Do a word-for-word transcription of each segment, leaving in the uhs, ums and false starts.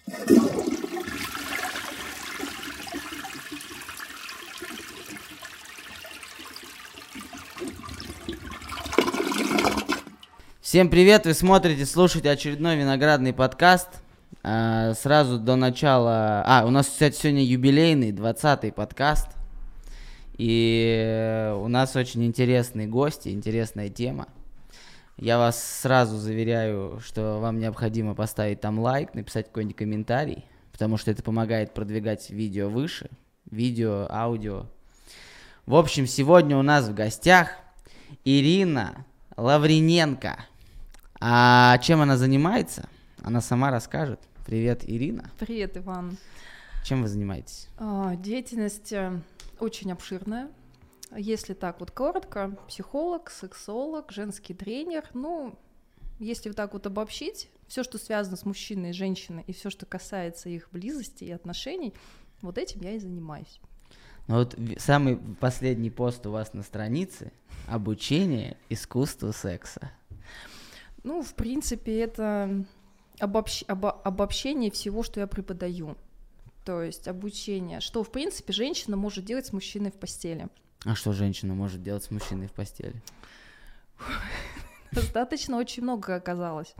Всем привет, вы смотрите, слушаете очередной виноградный подкаст. А, сразу до начала... А, у нас, кстати, сегодня юбилейный, двадцатый подкаст. И у нас очень интересные гости, интересная тема. Я вас сразу заверяю, что вам необходимо поставить там лайк, написать какой-нибудь комментарий, потому что это помогает продвигать видео выше. Видео, аудио. В общем, сегодня у нас в гостях Ирина Лавриненко. А чем она занимается? Она сама расскажет. Привет, Ирина. Привет, Иван. Чем вы занимаетесь? Деятельность очень обширная. Если так вот коротко, психолог, сексолог, женский тренер. Ну, если вот так вот обобщить, все, что связано с мужчиной и женщиной, и все, что касается их близости и отношений, вот этим я и занимаюсь. Ну вот самый последний пост у вас на странице — обучение искусству секса. Ну, в принципе, это обобщ... обо... обобщение всего, что я преподаю. То есть обучение, что, в принципе, женщина может делать с мужчиной в постели. А что женщина может делать с мужчиной в постели? Достаточно очень много оказалось.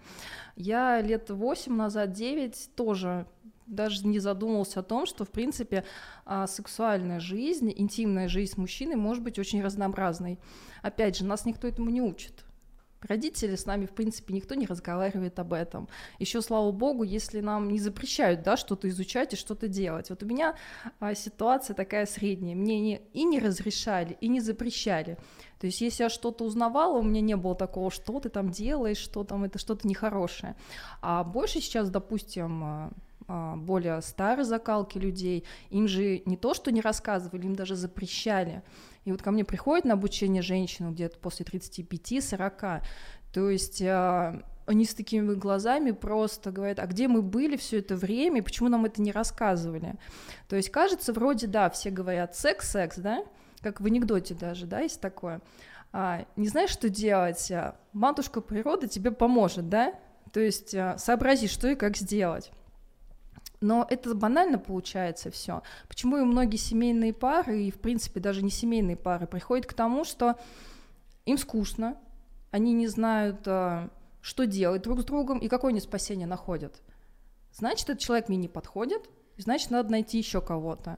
Я лет восемь назад, девять тоже даже не задумывался о том, что, в принципе, сексуальная жизнь, интимная жизнь с мужчиной может быть очень разнообразной. Опять же, нас никто этому не учит. Родители с нами, в принципе, никто не разговаривает об этом. Еще, слава богу, если нам не запрещают, да, что-то изучать и что-то делать. Вот у меня а, ситуация такая средняя. Мне не, и не разрешали, и не запрещали. То есть если я что-то узнавала, у меня не было такого, что ты там делаешь, что там, это что-то нехорошее. А больше сейчас, допустим, более старой закалки людей, им же не то, что не рассказывали, им даже запрещали. И вот ко мне приходят на обучение женщины где-то после тридцати пяти сорока, то есть э, они с такими глазами просто говорят, а где мы были все это время, почему нам это не рассказывали? То есть кажется, вроде, да, все говорят секс, секс, да, как в анекдоте даже, да, есть такое. А, не знаешь, что делать, матушка природа тебе поможет, да, то есть э, сообрази, что и как сделать. Но это банально получается все. Почему и многие семейные пары, и в принципе даже не семейные пары, приходят к тому, что им скучно, они не знают, что делать друг с другом и какое они спасение находят. Значит, этот человек мне не подходит, значит, надо найти еще кого-то.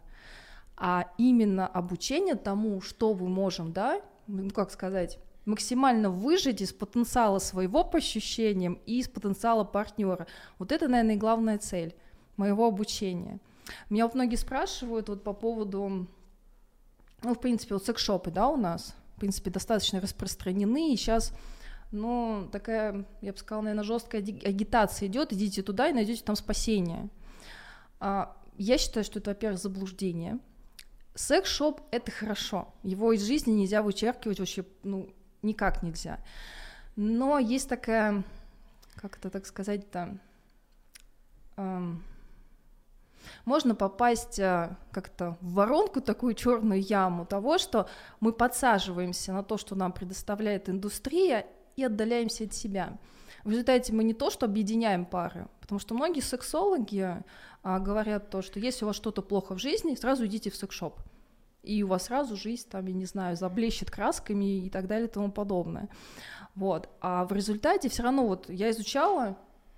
А именно обучение тому, что мы можем, да, ну как сказать, максимально выжать из потенциала своего по ощущениям и из потенциала партнера. Вот это, наверное, и главная цель моего обучения. Меня вот многие спрашивают вот по поводу, ну, в принципе, вот секс-шопы, да, у нас, в принципе, достаточно распространены, и сейчас, ну, такая, я бы сказала, наверное, жесткая агитация идет, идите туда и найдете там спасение. А, я считаю, что это, во-первых, заблуждение. Секс-шоп — это хорошо, его из жизни нельзя вычеркивать вообще, ну, никак нельзя. Но есть такая, как это так сказать-то, эм, можно попасть а, как-то в воронку, такую черную яму того, что мы подсаживаемся на то, что нам предоставляет индустрия, и отдаляемся от себя. В результате мы не то, что объединяем пары, потому что многие сексологи а, говорят то, что если у вас что-то плохо в жизни, сразу идите в секс-шоп, и у вас сразу жизнь, там, я не знаю, заблещет красками и так далее и тому подобное. Вот. А в результате все равно вот я изучала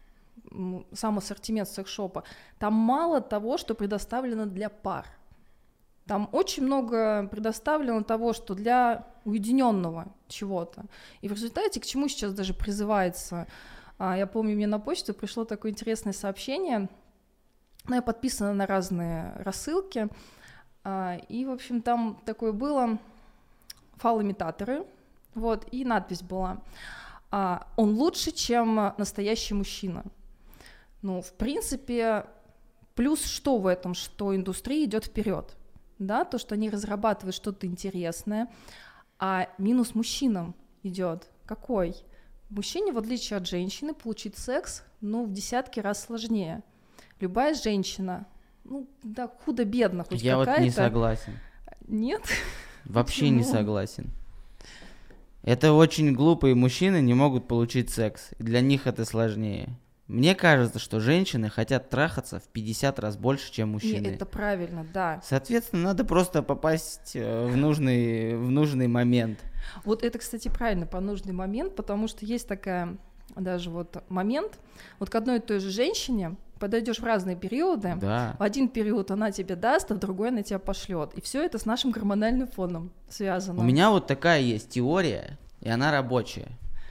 сам ассортимент секс-шопа, там мало того, что предоставлено для пар. Там очень много предоставлено того, что для уединенного чего-то. И в результате, к чему сейчас даже призывается, я помню, мне на почту пришло такое интересное сообщение, ну, я подписана на разные рассылки, и, в общем, там такое было, фалоимитаторы, вот, и надпись была: «Он лучше, чем настоящий мужчина». Ну, в принципе, плюс что в этом, что индустрия идет вперед, да, то, что они разрабатывают что-то интересное, а минус мужчинам идет какой? Мужчине, в отличие от женщины, получить секс, ну, в десятки раз сложнее. Любая женщина, ну, да, худо-бедно хоть Я какая-то. Я вот не согласен. Нет? Вообще не согласен. Это очень глупые мужчины не могут получить секс. Для них это сложнее. Мне кажется, что женщины хотят трахаться в пятьдесят раз больше, чем мужчины. Не, это правильно, да. Соответственно, надо просто попасть в нужный, в нужный момент. Вот это, кстати, правильно, по нужный момент, потому что есть такая даже вот момент, вот к одной и той же женщине подойдешь в разные периоды, Да. в один период она тебе даст, а в другой она тебя пошлет, и все это с нашим гормональным фоном связано. У меня вот такая есть теория, и она рабочая.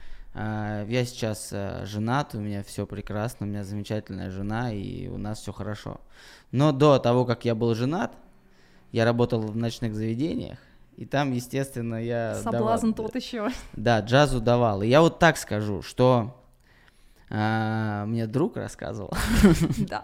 Я сейчас женат, у меня все прекрасно, у меня замечательная жена, и у нас все хорошо. Но до того, как я был женат, я работал в ночных заведениях, и там, естественно, я Соблазн давал, тот еще. Да, джазу давал. И я вот так скажу, что а, мне друг рассказывал, Да.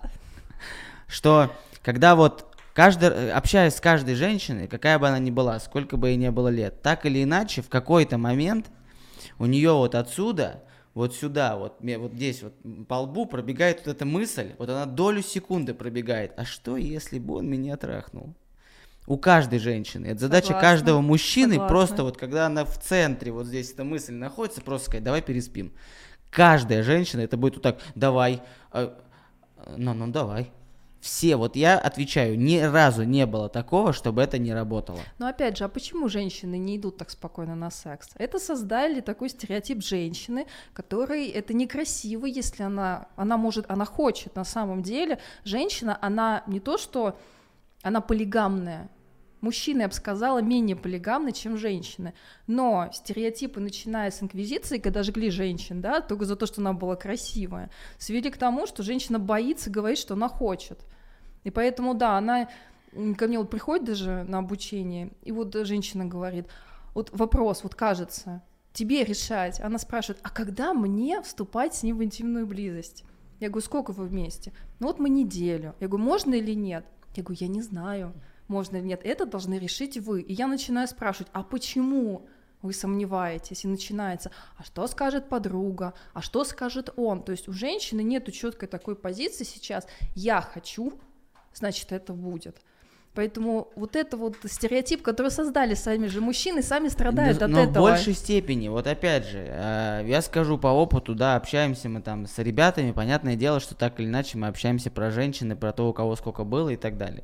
что когда вот каждый, общаясь с каждой женщиной, какая бы она ни была, сколько бы ей не было лет, так или иначе, в какой-то момент у нее вот отсюда, вот сюда, вот, вот здесь вот по лбу пробегает вот эта мысль, вот она долю секунды пробегает. А что, если бы он меня трахнул? У каждой женщины. Это задача Согласна. каждого мужчины. Согласна. Просто вот когда она в центре, вот здесь эта мысль находится, просто сказать, давай переспим. Каждая женщина, это будет вот так, давай, э, ну, ну давай. Все, вот я отвечаю, ни разу не было такого, чтобы это не работало. Но опять же, а почему женщины не идут так спокойно на секс? Это создали такой стереотип женщины, который это некрасиво, если она, она может, она хочет. На самом деле женщина, она не то что, она полигамная. Мужчины, я бы сказала, менее полигамны, чем женщины. Но стереотипы, начиная с инквизиции, когда жгли женщин, да, только за то, что она была красивая, свели к тому, что женщина боится говорить, что она хочет. И поэтому, да, она ко мне вот приходит даже на обучение, и вот женщина говорит, вот вопрос, вот кажется, тебе решать. Она спрашивает, а когда мне вступать с ним в интимную близость? Я говорю, сколько вы вместе? Ну вот мы неделю. Я говорю, можно или нет? Я говорю, я не знаю, можно или нет. Это должны решить вы. И я начинаю спрашивать, а почему вы сомневаетесь? И начинается, а что скажет подруга? А что скажет он? То есть у женщины нету четкой такой позиции сейчас. Я хочу, значит, это будет. Поэтому вот это вот стереотип, который создали сами же мужчины, сами страдают но, от но этого. Но в большей степени, вот опять же, э, я скажу по опыту, да, общаемся мы там с ребятами, понятное дело, что так или иначе мы общаемся про женщин, про то, у кого сколько было и так далее.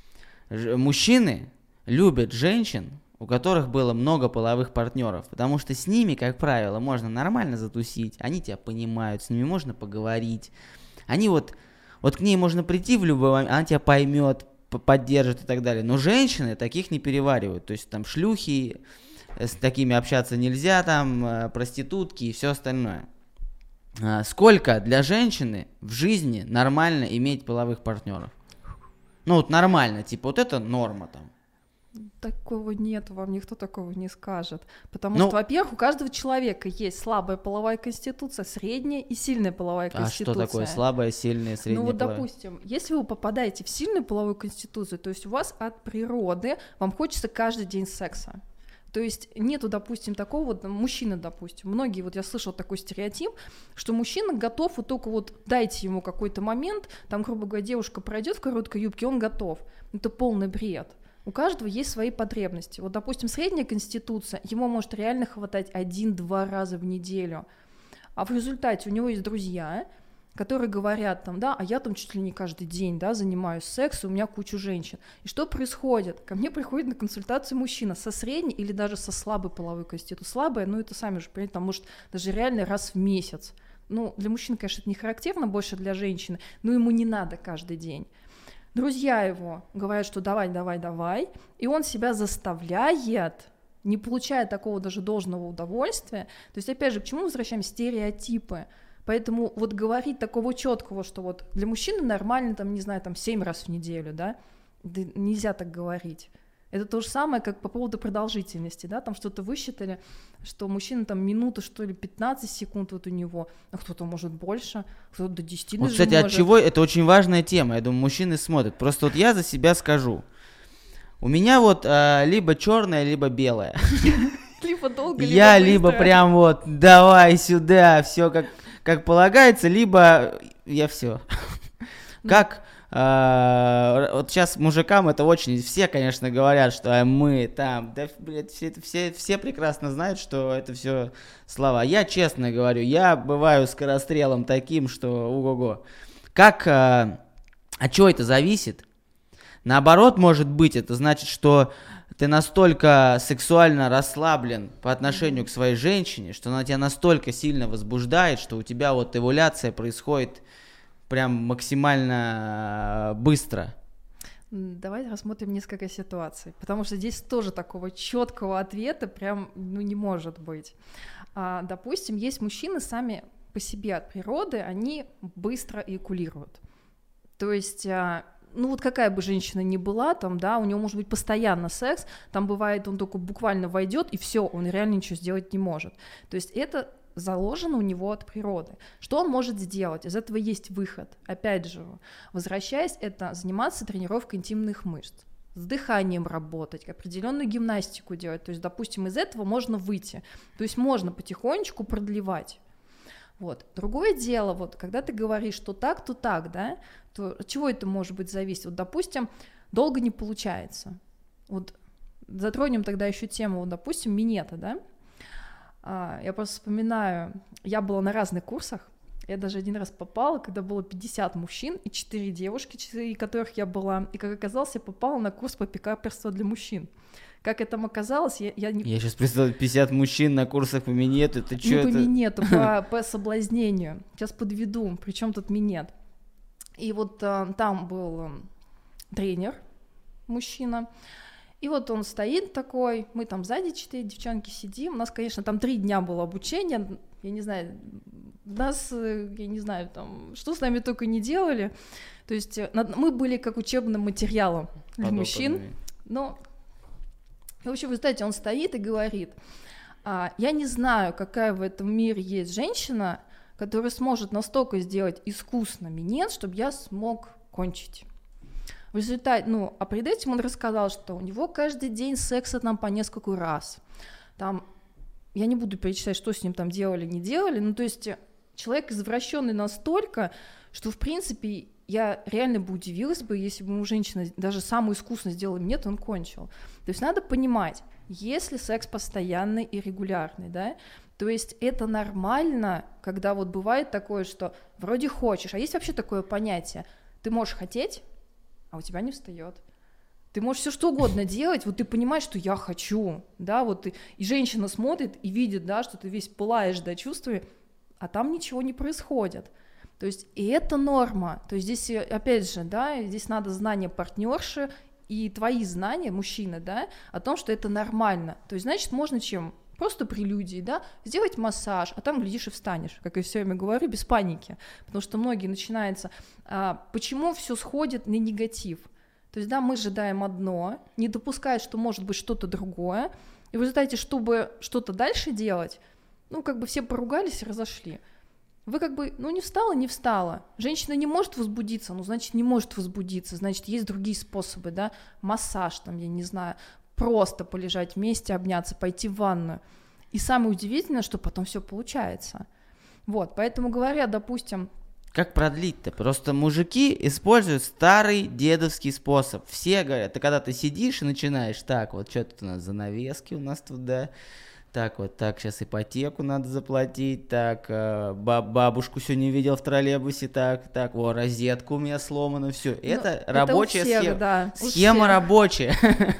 Ж- мужчины любят женщин, у которых было много половых партнеров, потому что с ними, как правило, можно нормально затусить, они тебя понимают, с ними можно поговорить, они вот, вот к ней можно прийти в любой момент, она тебя поймет, поддержит и так далее. Но женщины таких не переваривают. То есть там шлюхи, с такими общаться нельзя, там проститутки и все остальное. Сколько для женщины в жизни нормально иметь половых партнеров? Ну вот нормально, типа вот это норма там. Такого нет, вам никто такого не скажет. Потому ну, что, во-первых, у каждого человека есть слабая половая конституция, средняя и сильная половая конституция. А что такое слабая, сильная, средняя? Ну вот, половая? допустим, если вы попадаете в сильную половую конституцию, то есть у вас от природы, вам хочется каждый день секса. То есть нету, допустим, такого вот, мужчина, допустим, многие, вот я слышала такой стереотип, что мужчина готов, вот только вот дайте ему какой-то момент, там, грубо говоря, девушка пройдет в короткой юбке, он готов. Это полный бред. У каждого есть свои потребности. Вот, допустим, средняя конституция, ему может реально хватать один-два раза в неделю. А в результате у него есть друзья, которые говорят там, да, а я там чуть ли не каждый день, да, занимаюсь сексом, у меня куча женщин. И что происходит? Ко мне приходит на консультацию мужчина со средней или даже со слабой половой конституцией. Слабая, ну это сами же понимаете, там может даже реально раз в месяц. Ну, для мужчин, конечно, это не характерно, больше для женщины, но ему не надо каждый день. Друзья его говорят, что давай, давай, давай, и он себя заставляет, не получая такого даже должного удовольствия. То есть, опять же, к чему возвращаемся? Стереотипы. Поэтому вот говорить такого четкого, что вот для мужчины нормально, там, не знаю, там семь раз в неделю, да, да нельзя так говорить. Это то же самое, как по поводу продолжительности, да, там что-то высчитали, что мужчина там минуты, что ли, пятнадцать секунд вот у него, а кто-то может больше, кто-то до десяти вот, даже кстати, может. От чего, это очень важная тема, я думаю, мужчины смотрят. Просто вот я за себя скажу. У меня вот а, либо черное, либо белое. Либо долго, либо Я быстро. либо прям вот давай сюда, все как, как полагается, либо я все. Как э, вот сейчас мужикам это очень, все, конечно, говорят, что а мы там, да, блядь, все, все, все прекрасно знают, что это все слова. Я честно говорю, я бываю скорострелом таким, что ого-го. Как, э, от чего это зависит? Наоборот, может быть, это значит, что ты настолько сексуально расслаблен по отношению к своей женщине, что она тебя настолько сильно возбуждает, что у тебя вот эволюция происходит прям максимально быстро. Давайте рассмотрим несколько ситуаций, потому что здесь тоже такого четкого ответа прям ну, не может быть. А, допустим, есть мужчины сами по себе от природы, они быстро эякулируют. То есть... Ну вот какая бы женщина ни была, там, да, у него может быть постоянно секс, там бывает, он только буквально войдет, и все, он реально ничего сделать не может. То есть это заложено у него от природы. Что он может сделать? Из этого есть выход. Опять же, возвращаясь, это заниматься тренировкой интимных мышц, с дыханием работать, определенную гимнастику делать. То есть, допустим, из этого можно выйти. То есть можно потихонечку продлевать. Вот. Другое дело, вот, когда ты говоришь, что так, то так, да, то от чего это может быть зависеть? Вот, допустим, долго не получается. Вот затронем тогда еще тему, вот, допустим, минета, да. А, я просто вспоминаю, я была на разных курсах, я даже один раз попала, когда было пятьдесят мужчин и четыре девушки, четыре которых я была, и, как оказалось, я попала на курс по пикаперству для мужчин. Как это оказалось, я, я не... Я сейчас представил пятьдесят мужчин на курсах по минету, это что не это? по минету, по, по соблазнению. Сейчас подведу, причем тут минет. И вот а, там был а, тренер, мужчина, и вот он стоит такой, мы там сзади четыре девчонки сидим, у нас, конечно, там три дня было обучение, я не знаю, нас, я не знаю, там, что с нами только не делали, то есть мы были как учебным материалом для Подопытные. Мужчин, но... В общем, вы знаете, он стоит и говорит, а, я не знаю, какая в этом мире есть женщина, которая сможет настолько сделать искусно минет, чтобы я смог кончить. В результате, ну, а перед этим он рассказал, что у него каждый день секса там по нескольку раз. Там, я не буду перечислять, что с ним там делали, не делали, ну, то есть человек извращенный настолько, что, в принципе, я реально бы удивилась бы, если бы ему женщина даже самую искусно сделала минет, он кончил. То есть надо понимать, если секс постоянный и регулярный, да, то есть это нормально, когда вот бывает такое, что вроде хочешь, а есть вообще такое понятие, ты можешь хотеть, а у тебя не встает. Ты можешь все что угодно делать, вот ты понимаешь, что я хочу, да, вот ты, и женщина смотрит и видит, да, что ты весь пылаешь, да, чувствами, а там ничего не происходит. То есть и это норма, то есть здесь, опять же, да, здесь надо знание партнерши и твои знания, мужчины, да, о том, что это нормально, то есть, значит, можно чем? Просто прелюдии, да, сделать массаж, а там, глядишь, и встанешь, как я все время говорю, без паники, потому что многие начинаются, а, почему все сходит на негатив, то есть, да, мы ожидаем одно, не допуская, что может быть что-то другое, и в результате, чтобы что-то дальше делать, ну, как бы все поругались и разошли. Вы как бы, ну, не встала, не встала. Женщина не может возбудиться, ну, значит, не может возбудиться, значит, есть другие способы, да, массаж, там, я не знаю, просто полежать вместе, обняться, пойти в ванную. И самое удивительное, что потом все получается. Вот, поэтому говоря, допустим... Как продлить-то? Просто мужики используют старый дедовский способ. Все говорят, ты когда ты сидишь и начинаешь, так, вот что тут у нас, занавески у нас тут, да, так вот, так, сейчас ипотеку надо заплатить, так, э, баб, бабушку сегодня видел в троллейбусе, так, так, о, розетка у меня сломана, все. Ну, это, это рабочая всех, схема. Да, схема рабочая.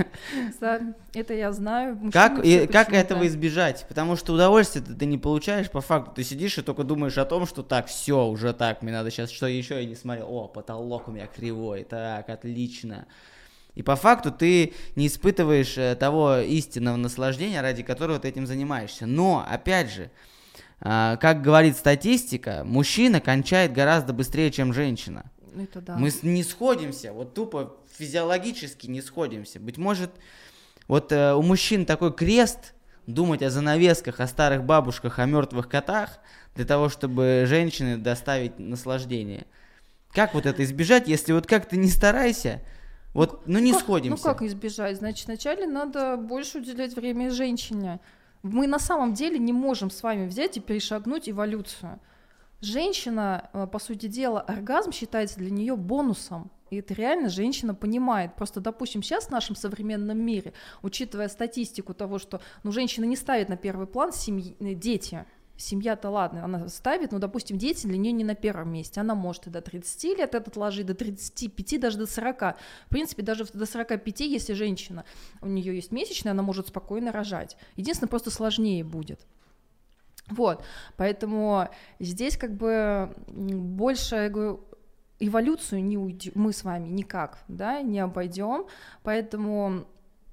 Это я знаю. Как, и, как этого избежать? Потому что удовольствие ты не получаешь по факту. Ты сидишь и только думаешь о том, что так, все, уже так, мне надо сейчас, что еще я не смотрел. О, потолок у меня кривой, так, отлично. И по факту ты не испытываешь э, того истинного наслаждения, ради которого ты этим занимаешься. Но, опять же, э, как говорит статистика, мужчина кончает гораздо быстрее, чем женщина. Это да. Мы не сходимся, вот тупо физиологически не сходимся. Быть может, вот э, у мужчин такой крест думать о занавесках, о старых бабушках, о мертвых котах, для того, чтобы женщине доставить наслаждение. Как вот это избежать, если вот как ты не старайся, вот, ну не как, сходимся. Ну как избежать? Значит, вначале надо больше уделять время женщине. Мы на самом деле не можем с вами взять и перешагнуть эволюцию. Женщина, по сути дела, оргазм считается для нее бонусом. И это реально женщина понимает. Просто, допустим, сейчас в нашем современном мире, учитывая статистику того, что ну, женщина не ставит на первый план семьи, дети. Семья-то ладно, она ставит, но, допустим, дети для нее не на первом месте. Она может и до тридцати лет этот ложить, до тридцати пяти, даже до сорока. В принципе, даже до сорока пяти, если женщина, у нее есть месячная, она может спокойно рожать. Единственное, просто сложнее будет. Вот, поэтому здесь как бы больше, я говорю, эволюцию не уйдем, мы с вами никак, да, не обойдем, поэтому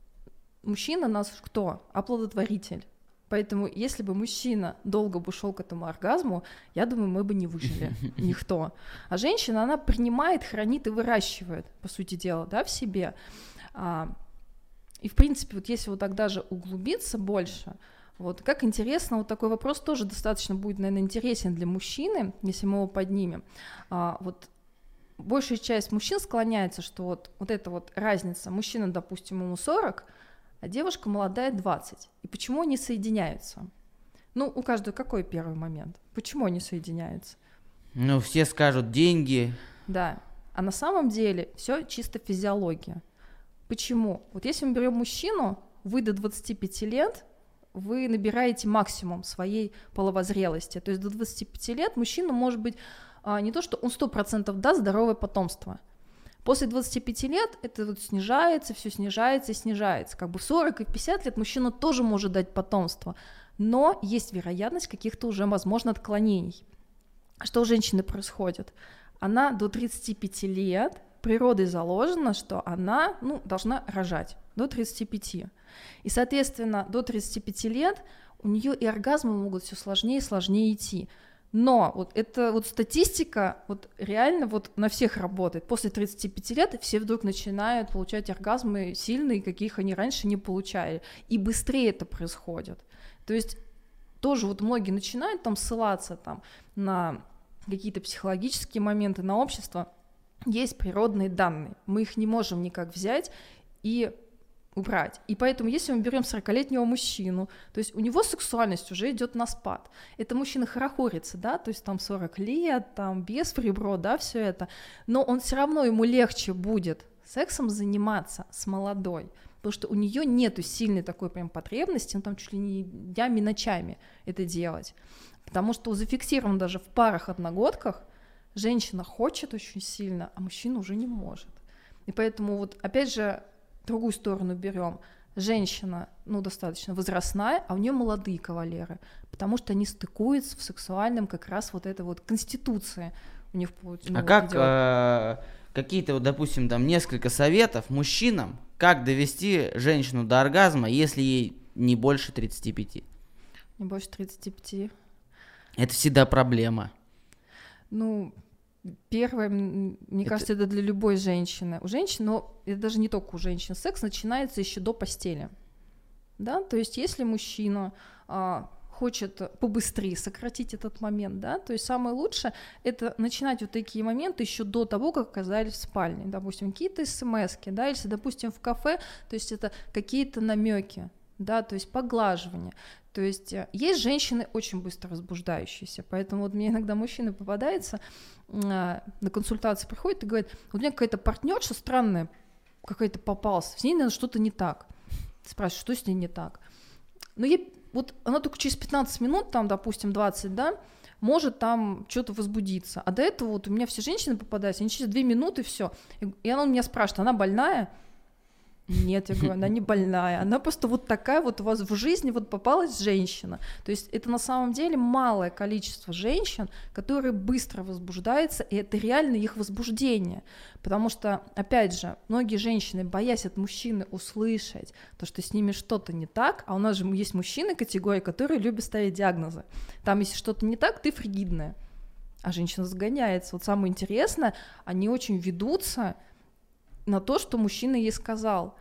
мужчина нас кто? Оплодотворитель. Поэтому если бы мужчина долго бы шел к этому оргазму, я думаю, мы бы не выжили, никто. А женщина, она принимает, хранит и выращивает, по сути дела, да, в себе. А, и, в принципе, вот если вот так даже углубиться больше, вот как интересно, вот такой вопрос тоже достаточно будет, наверное, интересен для мужчины, если мы его поднимем. А, вот большая часть мужчин склоняется, что вот, вот эта вот разница, мужчина, допустим, ему сорок, а девушка молодая двадцать. И почему они соединяются? Ну, у каждого какой первый момент? Почему они соединяются? Ну, все скажут деньги. Да, а на самом деле все чисто физиология. Почему? Вот если мы берем мужчину, вы до двадцати пяти лет, вы набираете максимум своей половозрелости. То есть до двадцати пяти лет мужчина может быть не то, что он сто процентов даст здоровое потомство. После двадцати пяти лет это вот снижается, все снижается и снижается. Как бы в сорок и пятьдесят лет мужчина тоже может дать потомство, но есть вероятность каких-то уже, возможно, отклонений. Что у женщины происходит? Она до тридцати пяти лет, природой заложено, что она ну, должна рожать до тридцати пяти. И, соответственно, до тридцати пяти лет у нее и оргазмы могут все сложнее и сложнее идти. Но вот эта вот статистика вот реально вот на всех работает. После тридцати пяти лет все вдруг начинают получать оргазмы сильные, каких они раньше не получали. И быстрее это происходит. То есть тоже вот многие начинают там ссылаться там, на какие-то психологические моменты, на общество. Есть природные данные. Мы их не можем никак взять и убрать. И поэтому, если мы берем сорокалетнего мужчину, то есть у него сексуальность уже идет на спад. Это мужчина хорохорится, да, то есть там сорок лет, там без ребро, да, все это, но он все равно, ему легче будет сексом заниматься с молодой, потому что у нее нету сильной такой прям потребности, ну там чуть ли не днями, ночами это делать, потому что зафиксировано даже в парах-одногодках, женщина хочет очень сильно, а мужчина уже не может. И поэтому вот опять же другую сторону берем. Женщина, ну, достаточно возрастная, а у нее молодые кавалеры, потому что они стыкуются в сексуальном как раз вот этой вот конституции у них. Ну, а как э, какие-то, вот, допустим, там несколько советов мужчинам, как довести женщину до оргазма, если ей не больше тридцати пяти? Не больше тридцати пяти. Это всегда проблема. Ну, первое, мне это... кажется, это для любой женщины. У женщин, но это даже не только у женщин, секс начинается еще до постели. Да? То есть если мужчина а, хочет побыстрее сократить этот момент, да, то есть самое лучшее это начинать вот такие моменты еще до того, как оказались в спальне. Допустим, какие-то смски, да, если, допустим, в кафе, то есть это какие-то намеки, да, то есть поглаживание. То есть есть женщины очень быстро возбуждающиеся, поэтому вот мне иногда мужчина попадается, на консультации приходит и говорит, у меня какая-то партнерша странная, какая-то попалась, с ней, наверное, что-то не так. Спрашиваю, что с ней не так? Ну, ей, вот она только через пятнадцать минут, там, допустим, двадцать, да, может там что-то возбудиться. А до этого вот у меня все женщины попадаются, они через две минуты все. И она у меня спрашивает, она больная? Нет, я говорю, она не больная, она просто вот такая вот у вас в жизни вот попалась женщина. То есть это на самом деле малое количество женщин, которые быстро возбуждаются, и это реально их возбуждение. Потому что, опять же, многие женщины, боясь от мужчины услышать то, что с ними что-то не так, а у нас же есть мужчины категории, которые любят ставить диагнозы. Там, если что-то не так, ты фригидная. А женщина загоняется. Вот самое интересное, они очень ведутся на то, что мужчина ей сказал.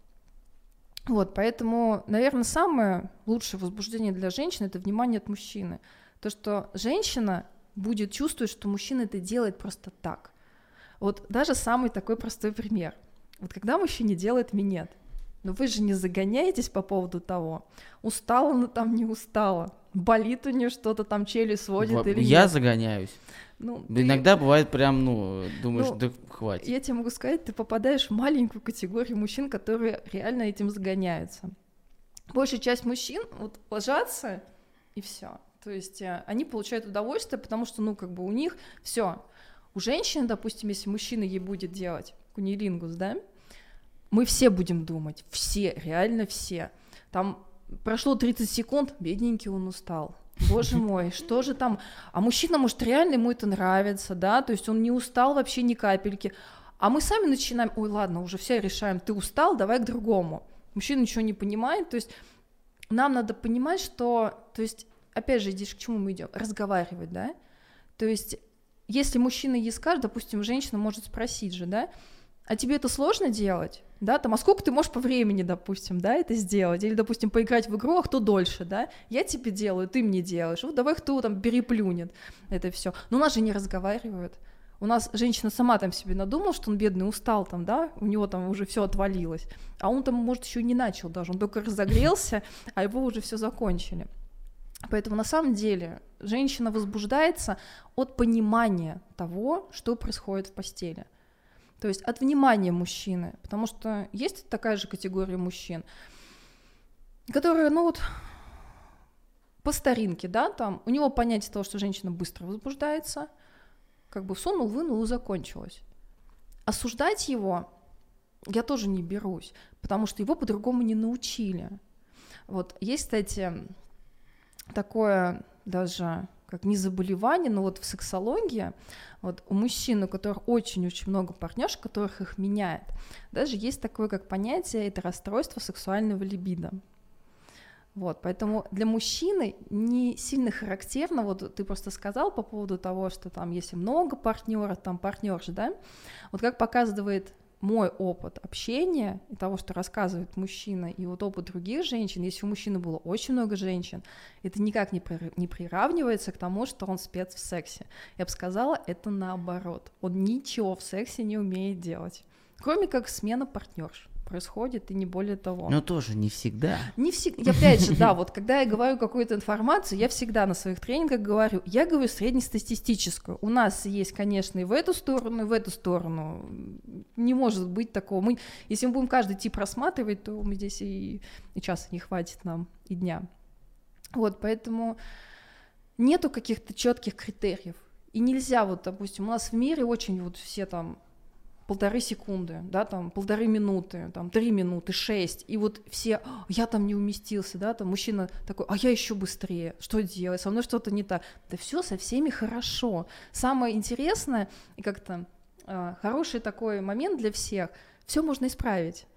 Вот, поэтому, наверное, самое лучшее возбуждение для женщины — это внимание от мужчины. То, что женщина будет чувствовать, что мужчина это делает просто так. Вот даже самый такой простой пример. Вот когда мужчине делает минет, но вы же не загоняетесь по поводу того, устала она там, не устала. болит у нее что-то, там челюсть сводит Во- или Я нет. загоняюсь. Ну, Да ты- иногда бывает прям, ну, думаешь, Ну, да хватит. Я тебе могу сказать, ты попадаешь в маленькую категорию мужчин, которые реально этим загоняются. Большая часть мужчин вот ложатся и все. То есть э, они получают удовольствие, потому что, ну, как бы у них все. У женщины, допустим, если мужчина ей будет делать кунилингус, да, мы все будем думать, все, реально все. Там прошло тридцать секунд, бедненький он устал. Боже мой, что же там? А мужчина, может, реально ему это нравится, да, то есть он не устал вообще ни капельки. А мы сами начинаем, ой, ладно, уже все решаем, ты устал, давай к другому. Мужчина ничего не понимает, то есть нам надо понимать, что, то есть, опять же, здесь к чему мы идем? Разговаривать, да? То есть, если мужчина ей скажет, допустим, женщина может спросить же, да, а тебе это сложно делать? Да, там, а сколько ты можешь по времени, допустим, да, это сделать? Или, допустим, поиграть в игру, а кто дольше, да? Я тебе делаю, ты мне делаешь. Вот давай кто там переплюнет это все. Но у нас же не разговаривают. У нас женщина сама там себе надумала, что он бедный устал там, да, у него там уже все отвалилось. А он там, может, еще не начал даже, он только разогрелся, а его уже все закончили. Поэтому на самом деле женщина возбуждается от понимания того, что происходит в постели. То есть от внимания мужчины, потому что есть такая же категория мужчин, которые, ну вот, по старинке, да, там, у него понятие того, что женщина быстро возбуждается, как бы сунул, вынул и закончилось. Осуждать его я тоже не берусь, потому что его по-другому не научили. Вот есть, кстати, такое даже как не заболевание, но вот в сексологии вот у мужчин, у которых очень-очень много партнерш, которых их меняет, даже есть такое как понятие, это расстройство сексуального либидо. Вот, поэтому для мужчины не сильно характерно, вот ты просто сказал по поводу того, что там если много партнеров, там партнерш, да, вот как показывает мой опыт общения и того, что рассказывает мужчина, и вот опыт других женщин, если у мужчины было очень много женщин, это никак не, при, не приравнивается к тому, что он спец в сексе. Я бы сказала, это наоборот. Он ничего в сексе не умеет делать, кроме как смена партнерш происходит, и не более того. Но тоже не всегда. Не всегда. Опять же, да, вот когда я говорю какую-то информацию, я всегда на своих тренингах говорю, я говорю среднестатистическую. У нас есть, конечно, и в эту сторону, и в эту сторону. Не может быть такого. Мы, если мы будем каждый тип рассматривать, то мы здесь и, и часа не хватит нам, и дня. Вот, поэтому нету каких-то четких критериев. И нельзя, вот, допустим, у нас в мире очень вот все там полторы секунды, да, там, полторы минуты, там, три минуты, шесть, и вот все, я там не уместился, да, там, мужчина такой, а я еще быстрее, что делать, со мной что-то не так, да все со всеми хорошо. Самое интересное, и как-то э, хороший такой момент для всех, все можно исправить,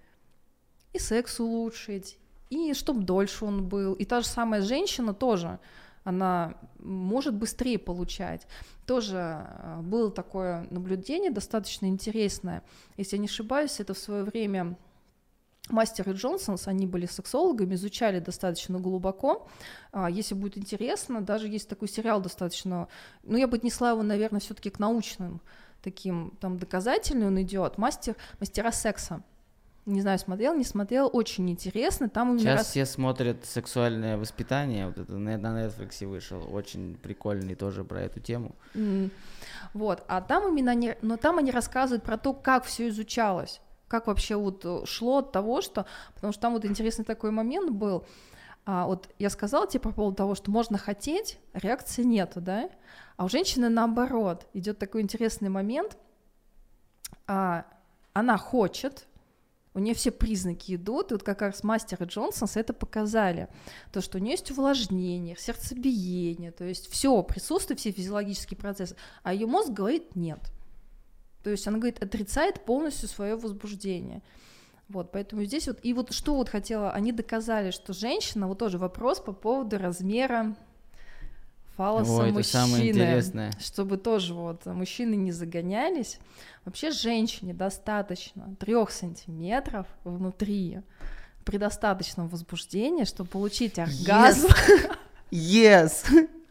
и секс улучшить, и чтобы дольше он был, и та же самая женщина тоже, она может быстрее получать. Тоже было такое наблюдение достаточно интересное. Если я не ошибаюсь, это в свое время Мастер и Джонсонс, они были сексологами, изучали достаточно глубоко. Если будет интересно, даже есть такой сериал достаточно... Ну, я бы отнесла его, наверное, все-таки к научным таким, там, доказательным он идет. Мастер, мастера секса. Не знаю, смотрел, не смотрел, очень интересно. Там именно Сейчас раз... все смотрят «Сексуальное воспитание», вот это на Netflix вышел, очень прикольный тоже про эту тему. Mm. Вот, а там именно они, но там они рассказывают про то, как все изучалось, как вообще вот шло от того, что, потому что там вот интересный такой момент был, а, вот я сказала тебе по поводу того, что можно хотеть, реакции нету, да, а у женщины наоборот, идет такой интересный момент, а, она хочет, у нее все признаки идут, и вот как раз Мастер и Джонсонс это показали. То, что у нее есть увлажнение, сердцебиение, то есть все присутствует, все физиологические процессы, а ее мозг говорит нет. То есть она говорит, отрицает полностью свое возбуждение. Вот, поэтому здесь вот, и вот что вот хотела, они доказали, что женщина, вот тоже вопрос по поводу размера фалоса Ой, мужчины, это самое интересное. чтобы тоже вот мужчины не загонялись. Вообще женщине достаточно трех сантиметров внутри при достаточном возбуждении, чтобы получить оргазм. Yes! Yes!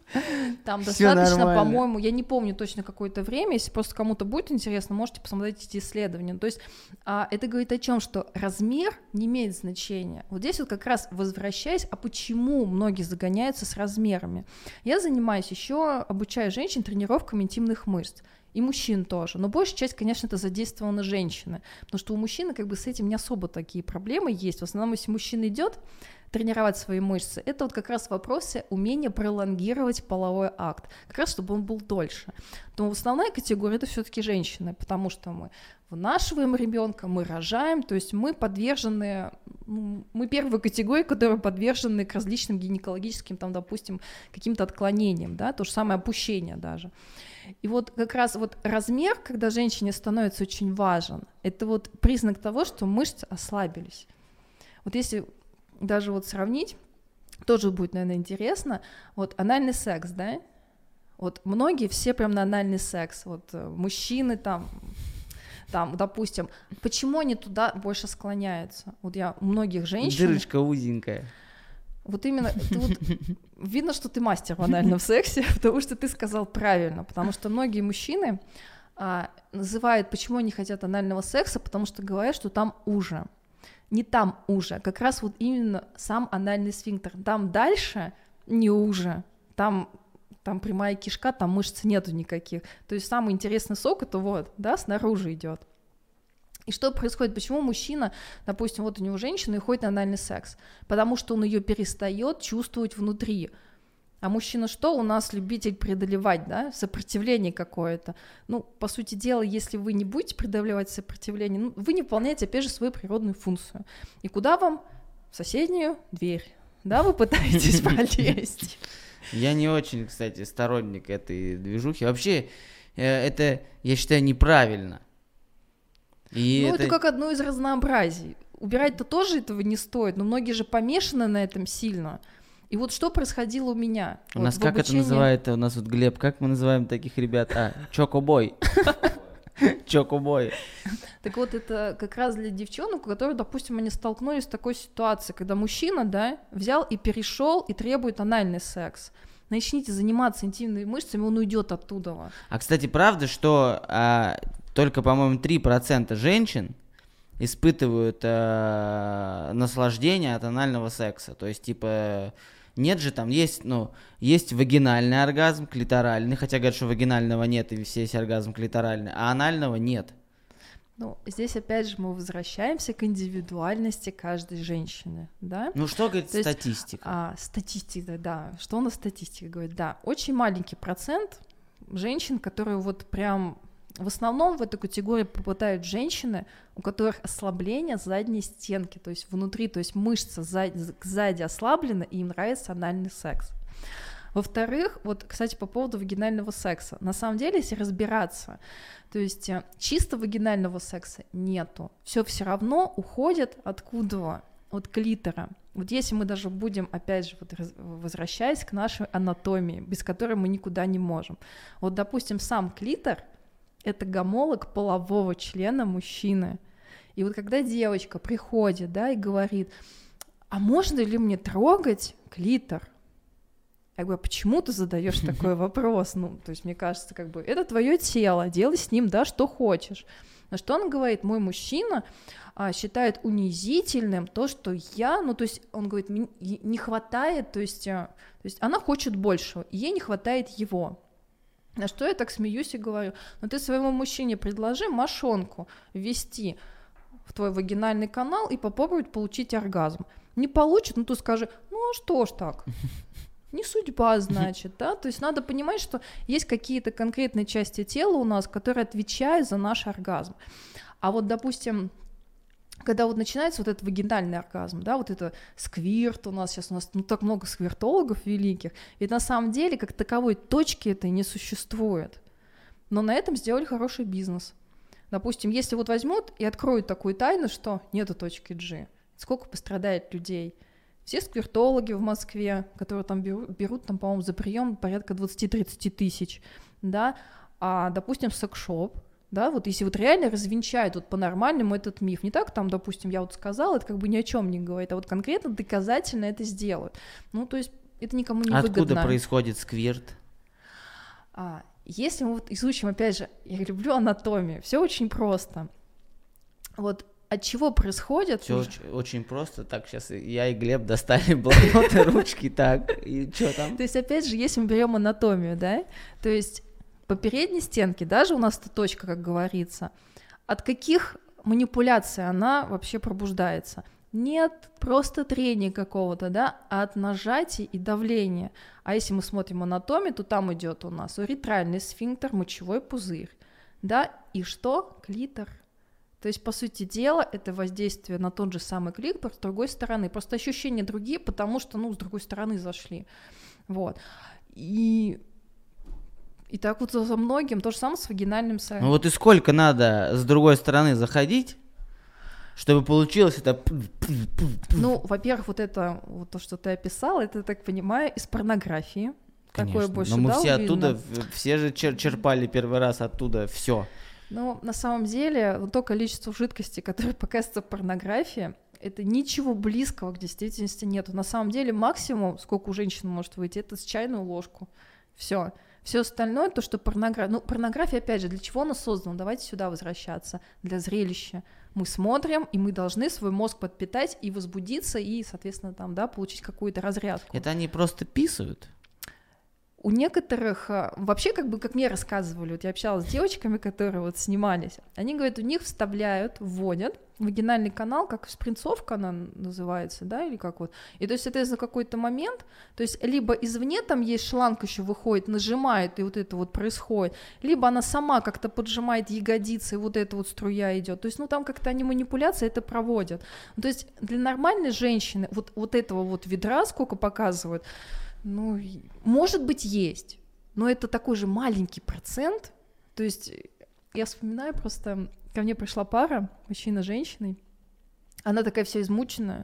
Там Всё достаточно, нормально. по-моему, я не помню точно какое-то время, если просто кому-то будет интересно, можете посмотреть эти исследования. То есть а, это говорит о чем, что размер не имеет значения. Вот здесь вот как раз возвращаясь, а почему многие загоняются с размерами? Я занимаюсь еще, обучаю женщин тренировкам интимных мышц. И мужчин тоже, но большая часть, конечно, это задействованы женщины, потому что у мужчины как бы с этим не особо такие проблемы есть. В основном, если мужчина идет тренировать свои мышцы, это вот как раз вопросы умения пролонгировать половой акт, как раз чтобы он был дольше. Но основная категория это все-таки женщины, потому что мы вынашиваем ребенка, мы рожаем, то есть мы подвержены, мы первая категория, которая подвержены к различным гинекологическим, там, допустим, каким-то отклонениям, да, то же самое опущение даже. И вот как раз вот размер, когда женщине становится очень важен, это вот признак того, что мышцы ослабились. Вот если даже вот сравнить, тоже будет, наверное, интересно, вот анальный секс, да, вот многие все прям на анальный секс, вот мужчины там, там, допустим, почему они туда больше склоняются? Вот я у многих женщин... Дырочка узенькая. Вот именно, вот, видно, что ты мастер в анальном сексе, потому что ты сказал правильно, потому что многие мужчины а, называют, почему они хотят анального секса, потому что говорят, что там уже. Не там уже, как раз вот именно сам анальный сфинктер. Там дальше не уже, там, там прямая кишка, там мышц нету никаких. То есть самый интересный сок это вот, да, снаружи идет. И что происходит? Почему мужчина, допустим, вот у него женщина и ходит на анальный секс? Потому что он ее перестает чувствовать внутри. А мужчина что? У нас любитель преодолевать, да, сопротивление какое-то. Ну, по сути дела, если вы не будете преодолевать сопротивление, ну, вы не выполняете, опять же, свою природную функцию. И куда вам? В соседнюю дверь. Да, вы пытаетесь пролезть. Я не очень, кстати, сторонник этой движухи. Вообще, это, я считаю, неправильно. И ну, это... это как одно из разнообразий. Убирать-то тоже этого не стоит, но многие же помешаны на этом сильно. И вот что происходило у меня. У вот нас как обучении... это называют? У нас вот Глеб, как мы называем таких ребят? А, чокобой. Чокобой. Так вот, это как раз для девчонок, у которых, допустим, они столкнулись с такой ситуацией, когда мужчина, да, взял и перешел и требует анальный секс. Начните заниматься интимными мышцами, он уйдет оттуда. А, кстати, правда, что а, только, по-моему, три процента женщин испытывают а, наслаждение от анального секса. То есть, типа, нет же там, есть, ну, есть вагинальный оргазм, клиторальный, хотя говорят, что вагинального нет, и все есть оргазм клиторальный, а анального нет. Ну, здесь опять же мы возвращаемся к индивидуальности каждой женщины, да? Ну, что говорит То статистика? Есть, а, статистика, да. Что у нас статистика говорит? Да, очень маленький процент женщин, которые вот прям... В основном в эту категорию попадают женщины, у которых ослабление задней стенки, то есть внутри, то есть мышца сзади, сзади ослаблена, и им нравится анальный секс. Во-вторых, вот, кстати, по поводу вагинального секса. На самом деле, если разбираться, то есть чисто вагинального секса нету. Все все равно уходит откуда? От клитора. Вот если мы даже будем, опять же, вот возвращаясь к нашей анатомии, без которой мы никуда не можем. Вот, допустим, сам клитор — это гомолог полового члена мужчины. И вот когда девочка приходит, да, и говорит: а можно ли мне трогать клитор? Я говорю: почему ты задаешь такой вопрос? Ну, то есть, мне кажется, как бы это твое тело, делай с ним, да, что хочешь. На что он говорит: мой мужчина а, считает унизительным то, что я, ну, то есть, он говорит, не хватает, то есть, а, то есть она хочет большего, и ей не хватает его. На что я так смеюсь и говорю: ну, ты своему мужчине предложи мошонку ввести в твой вагинальный канал и попробовать получить оргазм. Не получит, ну, ты скажи: ну, а что ж так? Не судьба, значит, да, то есть надо понимать, что есть какие-то конкретные части тела у нас, которые отвечают за наш оргазм. А вот, допустим, когда вот начинается вот этот вагинальный оргазм, да, вот это сквирт у нас сейчас, у нас ну, так много сквиртологов великих, ведь на самом деле как таковой точки этой не существует, но на этом сделали хороший бизнес. Допустим, если вот возьмут и откроют такую тайну, что нету точки G, сколько пострадает людей. Все сквиртологи в Москве, которые там берут, берут там, по-моему, за прием порядка двадцать-тридцать тысяч, да, а, допустим, секс-шоп, да, вот если вот реально развенчают вот по-нормальному этот миф, не так там, допустим, я вот сказала, это как бы ни о чем не говорит, а вот конкретно доказательно это сделают. Ну, то есть это никому не Откуда выгодно. происходит сквирт? А, если мы вот изучим, опять же, я люблю анатомию, все очень просто. Вот от чего происходит? Все очень, очень просто. Так, сейчас я и Глеб достали блокноты, ручки, так, и что там? То есть, опять же, если мы берем анатомию, да, то есть по передней стенке, даже у нас эта точка, как говорится, от каких манипуляций она вообще пробуждается? Нет просто трения какого-то, да, а от нажатия и давления. А если мы смотрим анатомию, то там идет у нас уретральный сфинктер, мочевой пузырь, да, и что? Клитор. То есть, по сути дела, это воздействие на тот же самый клитор с другой стороны. Просто ощущения другие, потому что, ну, с другой стороны зашли. Вот. И, и так вот за многим, то же самое с вагинальным сексом. Ну вот и сколько надо с другой стороны заходить, чтобы получилось это... Ну, во-первых, вот это, вот то, что ты описал, это, так понимаю, из порнографии. Конечно, такое больше, но мы да, все увидно? оттуда, все же чер- черпали первый раз оттуда все. Ну, на самом деле, вот то количество жидкости, которое показывается в порнографии, это ничего близкого к действительности нету. На самом деле, максимум, сколько у женщин может выйти, это с чайную ложку. Все. Все остальное, то, что порнография... Ну, порнография, опять же, для чего она создана? Давайте сюда возвращаться. Для зрелища. Мы смотрим, и мы должны свой мозг подпитать и возбудиться, и, соответственно, там, да, получить какую-то разрядку. Это они просто писают? У некоторых, вообще, как бы, как мне рассказывали, вот я общалась с девочками, которые вот снимались, они говорят, у них вставляют, вводят вагинальный канал, как спринцовка она называется, да, или как вот, и то есть, соответственно, какой-то момент, то есть, либо извне там есть шланг еще выходит, нажимает, и вот это вот происходит, либо она сама как-то поджимает ягодицы, и вот эта вот струя идет, то есть, ну, там как-то они манипуляции это проводят, ну, то есть, для нормальной женщины вот, вот этого вот ведра, сколько показывают, ну, может быть, есть, но это такой же маленький процент. То есть я вспоминаю просто, ко мне пришла пара, мужчина с женщиной, она такая вся измученная.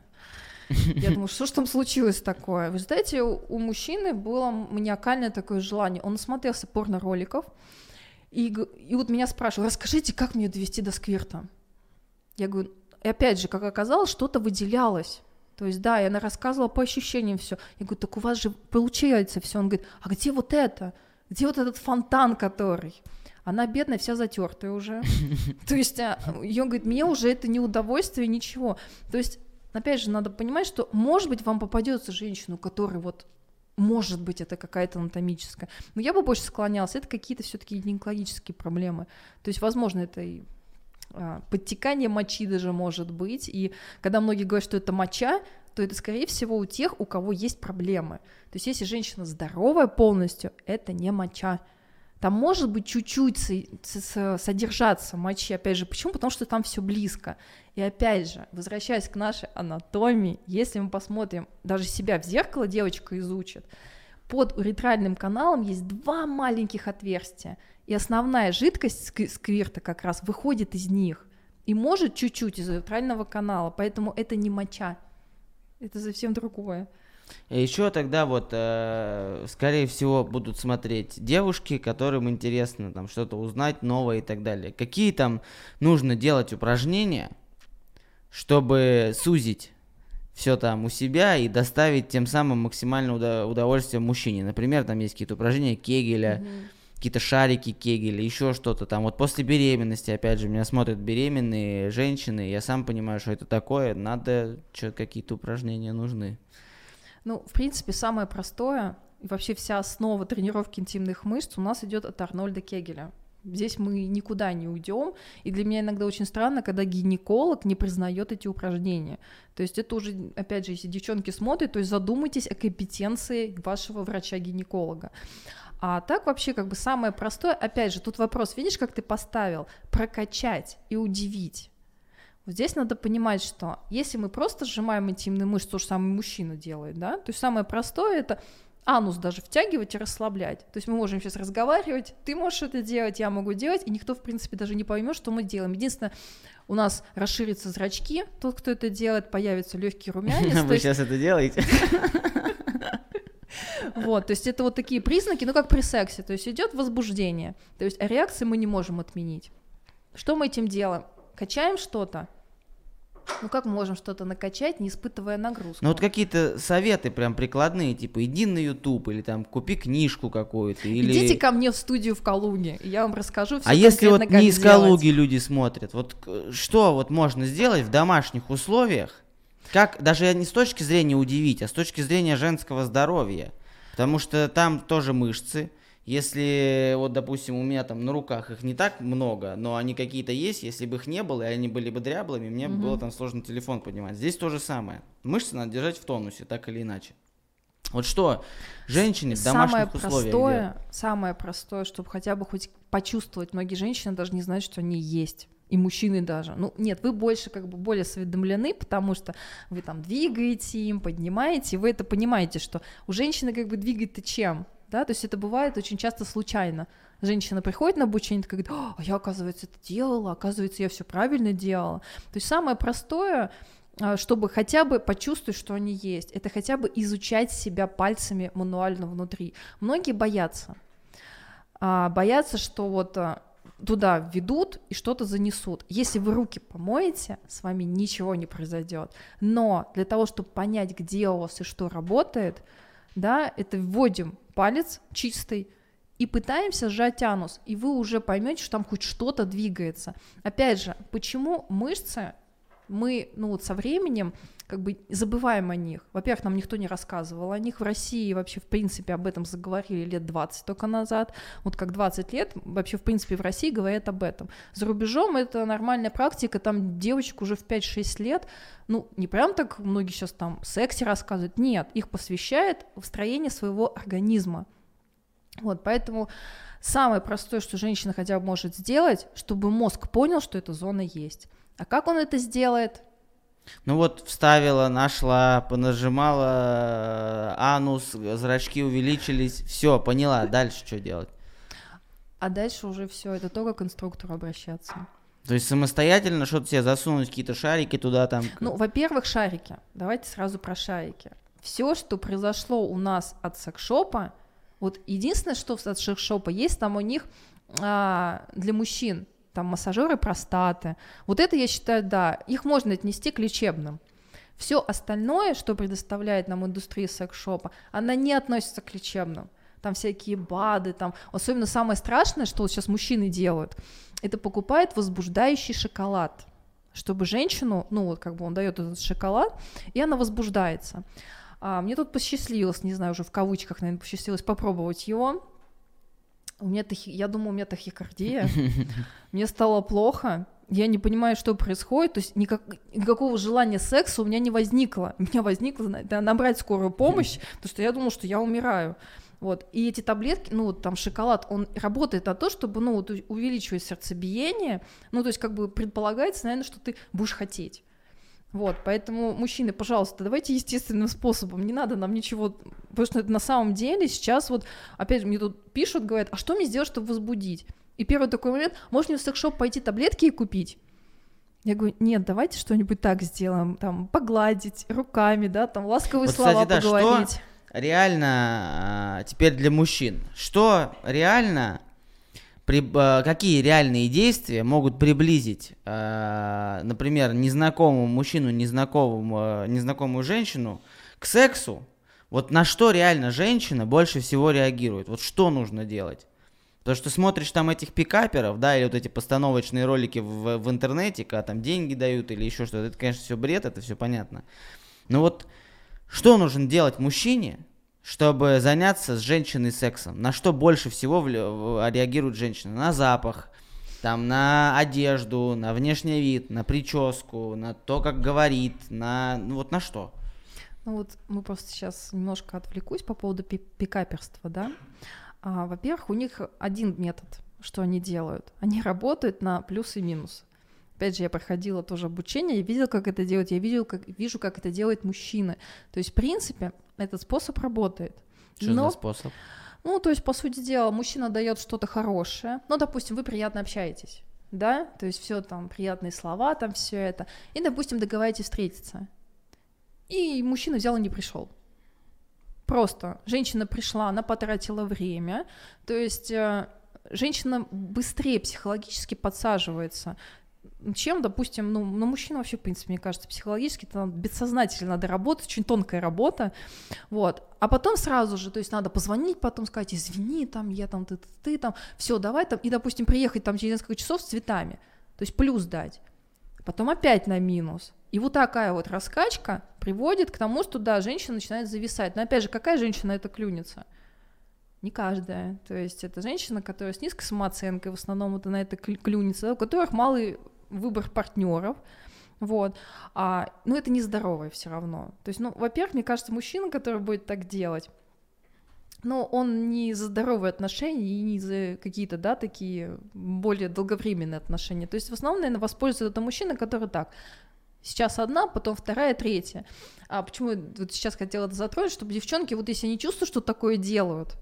Я думаю, что ж там случилось такое? Вы знаете, у, у мужчины было маниакальное такое желание. Он насмотрелся порно-роликов, и, и вот меня спрашивал, расскажите, как мне довести до сквирта? Я говорю, и опять же, как оказалось, что-то выделялось. То есть, да, и она рассказывала по ощущениям все. Я говорю, так у вас же получается все. Он говорит, а где вот это? Где вот этот фонтан, который? Она бедная, вся затертая уже. То есть, ее говорит, мне уже это не удовольствие, ничего. То есть, опять же, надо понимать, что, может быть, вам попадется женщина, у которой вот, может быть, это какая-то анатомическая. Но я бы больше склонялась, это какие-то все-таки гинекологические проблемы. То есть, возможно, это и подтекание мочи даже может быть, и когда многие говорят, что это моча, то это, скорее всего, у тех, у кого есть проблемы. То есть если женщина здоровая полностью, это не моча. Там может быть чуть-чуть содержаться мочи, опять же, почему? Потому что там все близко. И опять же, возвращаясь к нашей анатомии, если мы посмотрим, даже себя в зеркало девочка изучит, под уретральным каналом есть два маленьких отверстия, и основная жидкость сквирта как раз выходит из них и может чуть-чуть из уретрального канала, поэтому это не моча, это совсем другое. И еще тогда вот, э, скорее всего, будут смотреть девушки, которым интересно там что-то узнать новое и так далее. Какие там нужно делать упражнения, чтобы сузить все там у себя и доставить тем самым максимальное удо- удовольствие мужчине? Например, там есть какие-то упражнения Кегеля, mm-hmm. какие-то шарики Кегеля, еще что-то там. Вот после беременности, опять же, меня смотрят беременные женщины, я сам понимаю, что это такое, надо, что какие-то упражнения нужны. Ну, в принципе, самое простое, и вообще вся основа тренировки интимных мышц у нас идет от Арнольда Кегеля. Здесь мы никуда не уйдем, и для меня иногда очень странно, когда гинеколог не признает эти упражнения. То есть это уже, опять же, если девчонки смотрят, то есть задумайтесь о компетенции вашего врача-гинеколога. А так вообще как бы самое простое, опять же, тут вопрос, видишь, как ты поставил, прокачать и удивить. Вот здесь надо понимать, что если мы просто сжимаем интимные мышцы, то же самое мужчина делает, да, то есть самое простое это анус даже втягивать и расслаблять. То есть мы можем сейчас разговаривать, ты можешь это делать, я могу делать, и никто, в принципе, даже не поймет, что мы делаем. Единственное, у нас расширятся зрачки, тот, кто это делает, появится легкий румянец. Вы сейчас это делаете? Вот, то есть это вот такие признаки, ну как при сексе, то есть идет возбуждение, то есть реакции мы не можем отменить. Что мы этим делаем? Качаем что-то, Ну как мы можем что-то накачать, не испытывая нагрузку? Ну вот какие-то советы прям прикладные, типа иди на YouTube или там купи книжку какую-то. Или... Идите ко мне в студию в Калуге, я вам расскажу все А если вот как не из сделать. Калуги люди смотрят, вот что вот можно сделать в домашних условиях, как даже не с точки зрения удивить, а с точки зрения женского здоровья, потому что там тоже мышцы. Если, вот, допустим, у меня там на руках их не так много, но они какие-то есть, если бы их не было, и они были бы дряблыми, мне бы Мгм. было там сложно телефон поднимать. Здесь то же самое. Мышцы надо держать в тонусе, так или иначе. Вот что женщине в Самое домашних условиях делать? простое, самое простое, чтобы хотя бы хоть почувствовать, многие женщины даже не знают, что они есть. И мужчины даже. Ну, нет, вы больше, как бы, более осведомлены, потому что вы там двигаете им, поднимаете, и вы это понимаете, что у женщины как бы двигает-то чем? Да, то есть это бывает очень часто случайно. Женщина приходит на обучение, такая говорит: а я, оказывается, это делала, оказывается, я все правильно делала. То есть самое простое, чтобы хотя бы почувствовать, что они есть, это хотя бы изучать себя пальцами мануально внутри. Многие боятся. Боятся, что вот туда введут и что-то занесут. Если вы руки помоете, с вами ничего не произойдет. Но для того, чтобы понять, где у вас и что работает, да, это вводим палец чистый и пытаемся сжать анус, и вы уже поймете, что там хоть что-то двигается. Опять же, почему мышцы, мы, ну вот со временем как бы забываем о них. Во-первых, нам никто не рассказывал о них. В России вообще, в принципе, об этом заговорили лет двадцать только назад. Вот как двадцать лет вообще, в принципе, в России говорят об этом. За рубежом это нормальная практика, там девочек уже в пять-шесть лет, ну, не прям так многие сейчас там в сексе рассказывают, нет, их посвящает в строение своего организма. Вот, поэтому самое простое, что женщина хотя бы может сделать, чтобы мозг понял, что эта зона есть. А как он это сделает? Ну вот вставила, нашла, понажимала, анус, зрачки увеличились, все, поняла, дальше что делать? А дальше уже все, это только к инструктору обращаться. То есть самостоятельно что-то себе засунуть, какие-то шарики туда там? Ну, во-первых, шарики. Давайте сразу про шарики. Все, что произошло у нас от секс-шопа, вот единственное, что от секс-шопа есть, там у них а, для мужчин там массажеры простаты. Вот это, я считаю, да, их можно отнести к лечебным. Все остальное, что предоставляет нам индустрия секс-шопа, она не относится к лечебным. Там всякие БАДы, там, особенно самое страшное, что вот сейчас мужчины делают, это покупают возбуждающий шоколад, чтобы женщину, ну вот как бы он дает этот шоколад, и она возбуждается. А мне тут посчастливилось, не знаю, уже в кавычках, наверное, посчастливилось попробовать его. У меня тахи... Я думала, у меня тахикардия, мне стало плохо, я не понимаю, что происходит, то есть никак... никакого желания секса у меня не возникло, у меня возникло набрать скорую помощь, потому что я думала, что я умираю. Вот. И эти таблетки, ну вот там шоколад, он работает на то, чтобы, ну вот, увеличивать сердцебиение, ну то есть как бы предполагается, наверное, что ты будешь хотеть. Вот, поэтому, мужчины, пожалуйста, давайте естественным способом, не надо нам ничего, потому что на самом деле сейчас вот, опять же, мне тут пишут, говорят, а что мне сделать, чтобы возбудить? И первый такой момент, может мне в секс-шоп пойти таблетки и купить? Я говорю, нет, давайте что-нибудь так сделаем, там, погладить руками, да, там, ласковые вот, слова кстати, да, поговорить. Что реально а, теперь для мужчин, что реально... При, какие реальные действия могут приблизить, э, например, незнакомому мужчину, незнакомому, незнакомую женщину к сексу? Вот на что реально женщина больше всего реагирует? Вот что нужно делать? Потому что смотришь там этих пикаперов, да, или вот эти постановочные ролики в, в интернете, когда там деньги дают или еще что-то, это, конечно, все бред, это все понятно. Но вот что нужно делать мужчине, чтобы заняться с женщиной сексом? На что больше всего реагирует женщина? На запах, там, на одежду, на внешний вид, на прическу, на то, как говорит, на... Ну вот на что? Ну вот мы просто сейчас немножко отвлекусь по поводу пи- пикаперства, да. А, во-первых, у них один метод, что они делают. Они работают на плюс и минус. Опять же, я проходила тоже обучение, я видела, как это делать, я видела, как, вижу, как это делает мужчины. То есть, в принципе, этот способ работает. Что Но, за способ? Ну, то есть, по сути дела, мужчина дает что-то хорошее. Ну, допустим, вы приятно общаетесь, да, то есть все там, приятные слова, там все это. И, допустим, договариваетесь встретиться. И мужчина взял и не пришел. Просто женщина пришла, она потратила время, то есть... Женщина быстрее психологически подсаживается. чем, допустим, ну, на мужчину вообще, в принципе, мне кажется, психологически это бессознательно надо работать, очень тонкая работа, вот, а потом сразу же, то есть надо позвонить, потом сказать, извини, там, я там, ты, ты, ты там, все, давай там, и, допустим, приехать там через несколько часов с цветами, то есть плюс дать, потом опять на минус, и вот такая вот раскачка приводит к тому, что, да, женщина начинает зависать, но, опять же, какая женщина это клюнется? Не каждая, то есть это женщина, которая с низкой самооценкой, в основном это на это клюнется, у которых малый выбор партнеров, вот, а, ну это нездоровое все равно, то есть, ну, во-первых, мне кажется, мужчина, который будет так делать, ну, он не за здоровые отношения и не за какие-то, да, такие более долговременные отношения, то есть в основном, наверное, воспользуется это мужчина, который так, сейчас одна, потом вторая, третья, а почему я вот сейчас хотела это затронуть, чтобы девчонки, вот если они чувствуют, что такое делают,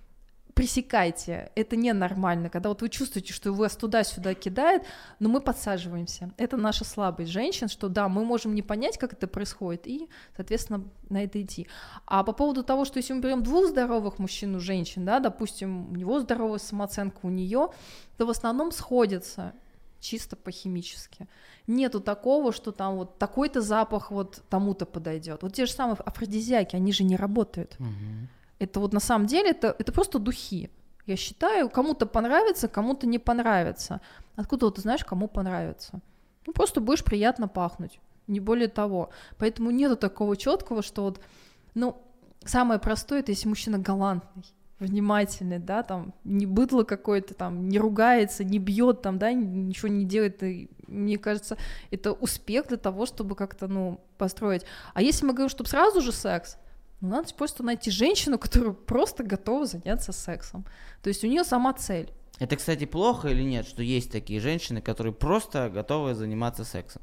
пресекайте, это ненормально, когда вот вы чувствуете, что вас туда-сюда кидает, но мы подсаживаемся, это наша слабость женщин, что да, мы можем не понять, как это происходит, и, соответственно, на это идти. А по поводу того, что если мы берем двух здоровых мужчин и женщин, да, допустим, у него здоровая самооценка, у нее, то в основном сходятся чисто по-химически. Нету такого, что там вот такой-то запах вот тому-то подойдет. Вот те же самые афродизиаки, они же не работают. Угу. Это вот на самом деле, это, это просто духи. Я считаю, кому-то понравится, кому-то не понравится. Откуда вот ты знаешь, кому понравится? Ну, просто будешь приятно пахнуть, не более того. Поэтому нету такого четкого, что вот, ну, самое простое, это если мужчина галантный, внимательный, да, там, не быдло какое-то, там, не ругается, не бьет, там, да, ничего не делает, и, мне кажется, это успех для того, чтобы как-то, ну, построить. А если мы говорим, чтобы сразу же секс, ну, надо просто найти женщину, которая просто готова заняться сексом. То есть у нее сама цель. Это, кстати, плохо или нет, что есть такие женщины, которые просто готовы заниматься сексом?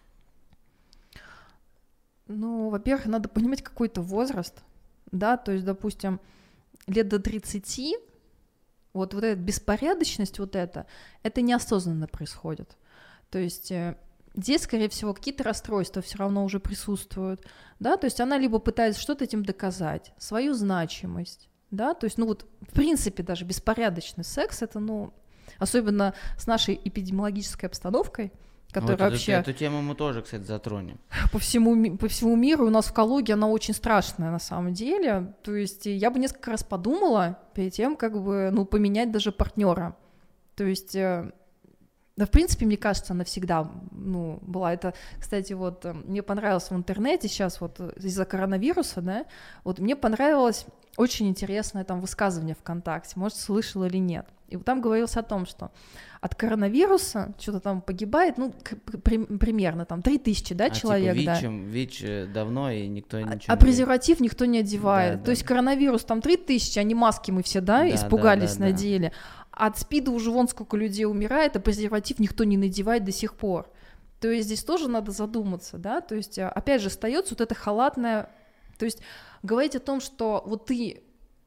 Ну, во-первых, надо понимать какой-то возраст, да, то есть, допустим, лет до тридцати, вот, вот эта беспорядочность, вот это, это неосознанно происходит. То есть здесь, скорее всего, какие-то расстройства все равно уже присутствуют, да, то есть она либо пытается что-то этим доказать, свою значимость, да, то есть, ну вот, в принципе, даже беспорядочный секс, это, ну, особенно с нашей эпидемиологической обстановкой, которая вот вообще... Эту, эту тему мы тоже, кстати, затронем. По всему, по всему миру у нас в Калуге она очень страшная на самом деле, то есть я бы несколько раз подумала перед тем, как бы, ну, поменять даже партнера, то есть... Да, в принципе, мне кажется, она всегда, ну, была. Это, кстати, вот мне понравилось в интернете сейчас вот из-за коронавируса, да, вот мне понравилось очень интересное там высказывание ВКонтакте, может, слышал или нет. И вот там говорилось о том, что от коронавируса что-то там погибает, ну, при, примерно там три тысячи, да, а человек, типа, да. ВИЧ, ВИЧ давно, и никто ничего а, не... А презерватив никто не одевает. Да, То да. есть коронавирус там три тысячи, а не маски мы все, да, да испугались, да, да, надели. Да. От СПИДа уже вон сколько людей умирает, а презерватив никто не надевает до сих пор. То есть здесь тоже надо задуматься, да, то есть опять же остается вот это халатное, то есть говорить о том, что вот ты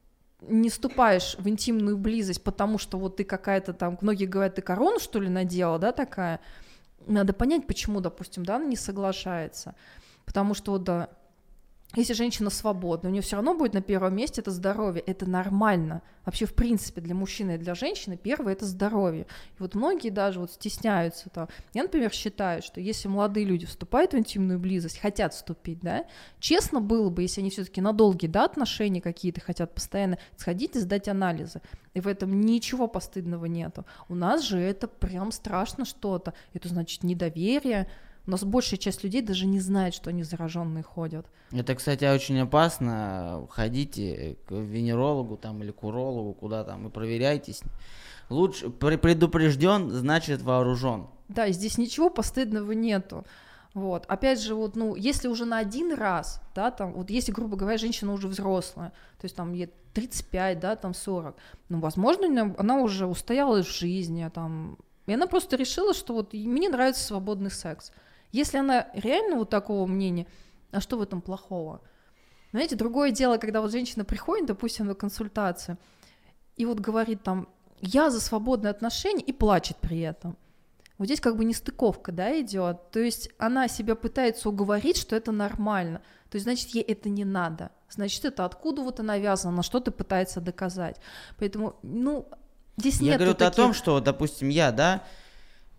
не вступаешь в интимную близость, потому что вот ты какая-то там, многие говорят, ты корону что ли надела, да, такая, надо понять, почему, допустим, да, она не соглашается, потому что вот, да, если женщина свободна, у нее все равно будет на первом месте это здоровье, это нормально. Вообще, в принципе, для мужчины и для женщины первое — это здоровье. И вот многие даже вот стесняются там. Я, например, считаю, что если молодые люди вступают в интимную близость, хотят вступить, да, честно было бы, если они все-таки на долгие, да, отношения какие-то хотят постоянно, сходить и сдать анализы. И в этом ничего постыдного нету. У нас же это прям страшно что-то. Это значит недоверие. У нас большая часть людей даже не знает, что они зараженные ходят. Это, кстати, очень опасно. Ходите к венерологу там, или к урологу, куда там, и проверяйтесь. Лучше предупрежден, значит вооружен. Да, и здесь ничего постыдного нету. Вот. Опять же, вот, ну, если уже на один раз, да, там, вот если, грубо говоря, женщина уже взрослая, то есть там ей тридцать пять, да, там сорок, ну, возможно, она уже устоялась в жизни, там, и она просто решила, что вот мне нравится свободный секс. Если она реально вот такого мнения, а что в этом плохого? Знаете, другое дело, когда вот женщина приходит, допустим, на консультацию, и вот говорит там, я за свободные отношения, и плачет при этом. Вот здесь как бы нестыковка, да, идет. То есть она себя пытается уговорить, что это нормально. То есть, значит, ей это не надо. Значит, это откуда вот она навязано, на что ты пытается доказать. Поэтому, ну, здесь нет. Я говорю таких... о том, что, допустим, я, да,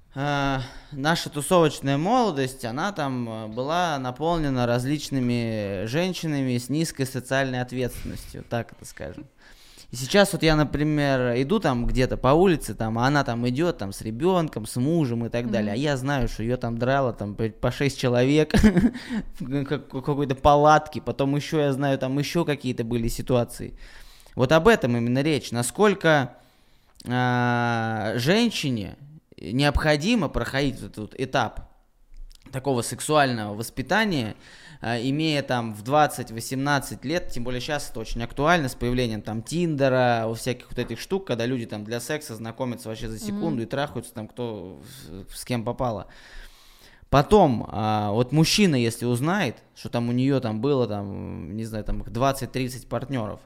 э, наша тусовочная молодость, она там была наполнена различными женщинами с низкой социальной ответственностью, так это скажем. И сейчас вот я, например, иду там где-то по улице, там, а она там идет там с ребенком, с мужем и так mm-hmm. далее, а я знаю, что ее там драло там по шесть человек в какой-то палатке, потом еще я знаю, там еще какие-то были ситуации. Вот об этом именно речь, насколько э, женщине необходимо проходить этот вот этап такого сексуального воспитания, имея там в двадцать-восемнадцать лет, тем более сейчас это очень актуально с появлением там Тиндера, у всяких вот этих штук, когда люди там для секса знакомятся вообще за секунду mm-hmm. и трахаются там кто с кем попало. Потом, а, вот мужчина, если узнает, что там у нее там было там, не знаю, там двадцать-тридцать партнеров,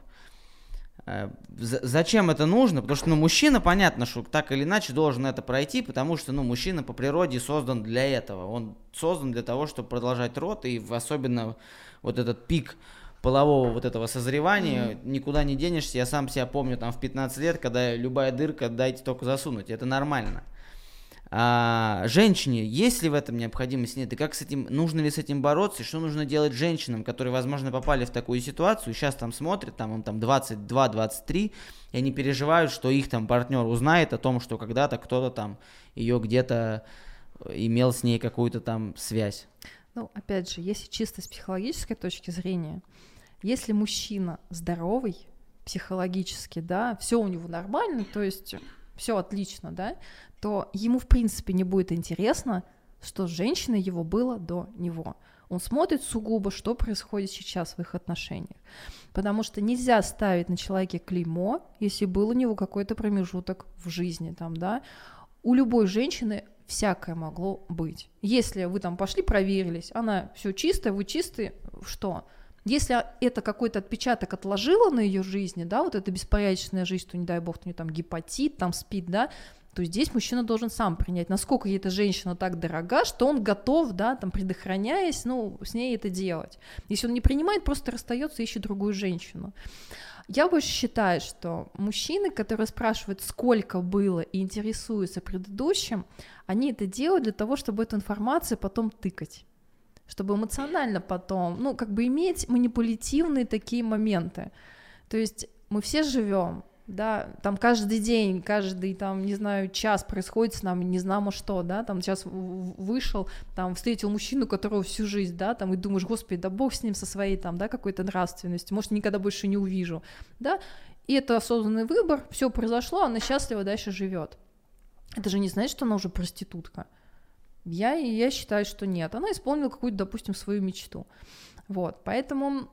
зачем это нужно? Потому что, ну, мужчина, понятно, что так или иначе должен это пройти, потому что, ну, мужчина по природе создан для этого. Он создан для того, чтобы продолжать род, и особенно вот этот пик полового вот этого созревания, mm-hmm. никуда не денешься. Я сам себя помню там в пятнадцать лет, когда любая дырка, дайте только засунуть, это нормально. А женщине, есть ли в этом необходимость, нет, и как с этим, нужно ли с этим бороться, и что нужно делать женщинам, которые, возможно, попали в такую ситуацию, сейчас там смотрят, там им там двадцать два двадцать три, и они переживают, что их там партнер узнает о том, что когда-то кто-то там ее где-то имел с ней какую-то там связь. Ну, опять же, если чисто с психологической точки зрения, если мужчина здоровый, психологически, да, все у него нормально, то есть все отлично, да, то ему, в принципе, не будет интересно, что с женщиной его было до него. Он смотрит сугубо, что происходит сейчас в их отношениях. Потому что нельзя ставить на человеке клеймо, если был у него какой-то промежуток в жизни. Там, да. У любой женщины всякое могло быть. Если вы там пошли, проверились, она все чистая, вы чистые, что? Если это какой-то отпечаток отложило на ее жизни, да, вот эта беспорядочная жизнь, то, не дай бог, у нее там гепатит, там СПИД, да, то здесь мужчина должен сам принять, насколько ей эта женщина так дорога, что он готов, да, там, предохраняясь, ну, с ней это делать. Если он не принимает, просто расстается и ищет другую женщину. Я больше считаю, что мужчины, которые спрашивают, сколько было, и интересуются предыдущим, они это делают для того, чтобы эту информацию потом тыкать, чтобы эмоционально потом, ну, как бы иметь манипулятивные такие моменты. То есть мы все живем, да, там каждый день, каждый, там, не знаю, час происходит с нами, не знамо что, да, там сейчас вышел, там, встретил мужчину, которого всю жизнь, да, там, и думаешь, господи, да бог с ним, со своей, там, да, какой-то нравственностью, может, никогда больше не увижу, да, и это осознанный выбор, все произошло, она счастлива дальше живет. Это же не значит, что она уже проститутка. Я, я считаю, что нет. Она исполнила какую-то, допустим, свою мечту. Вот, поэтому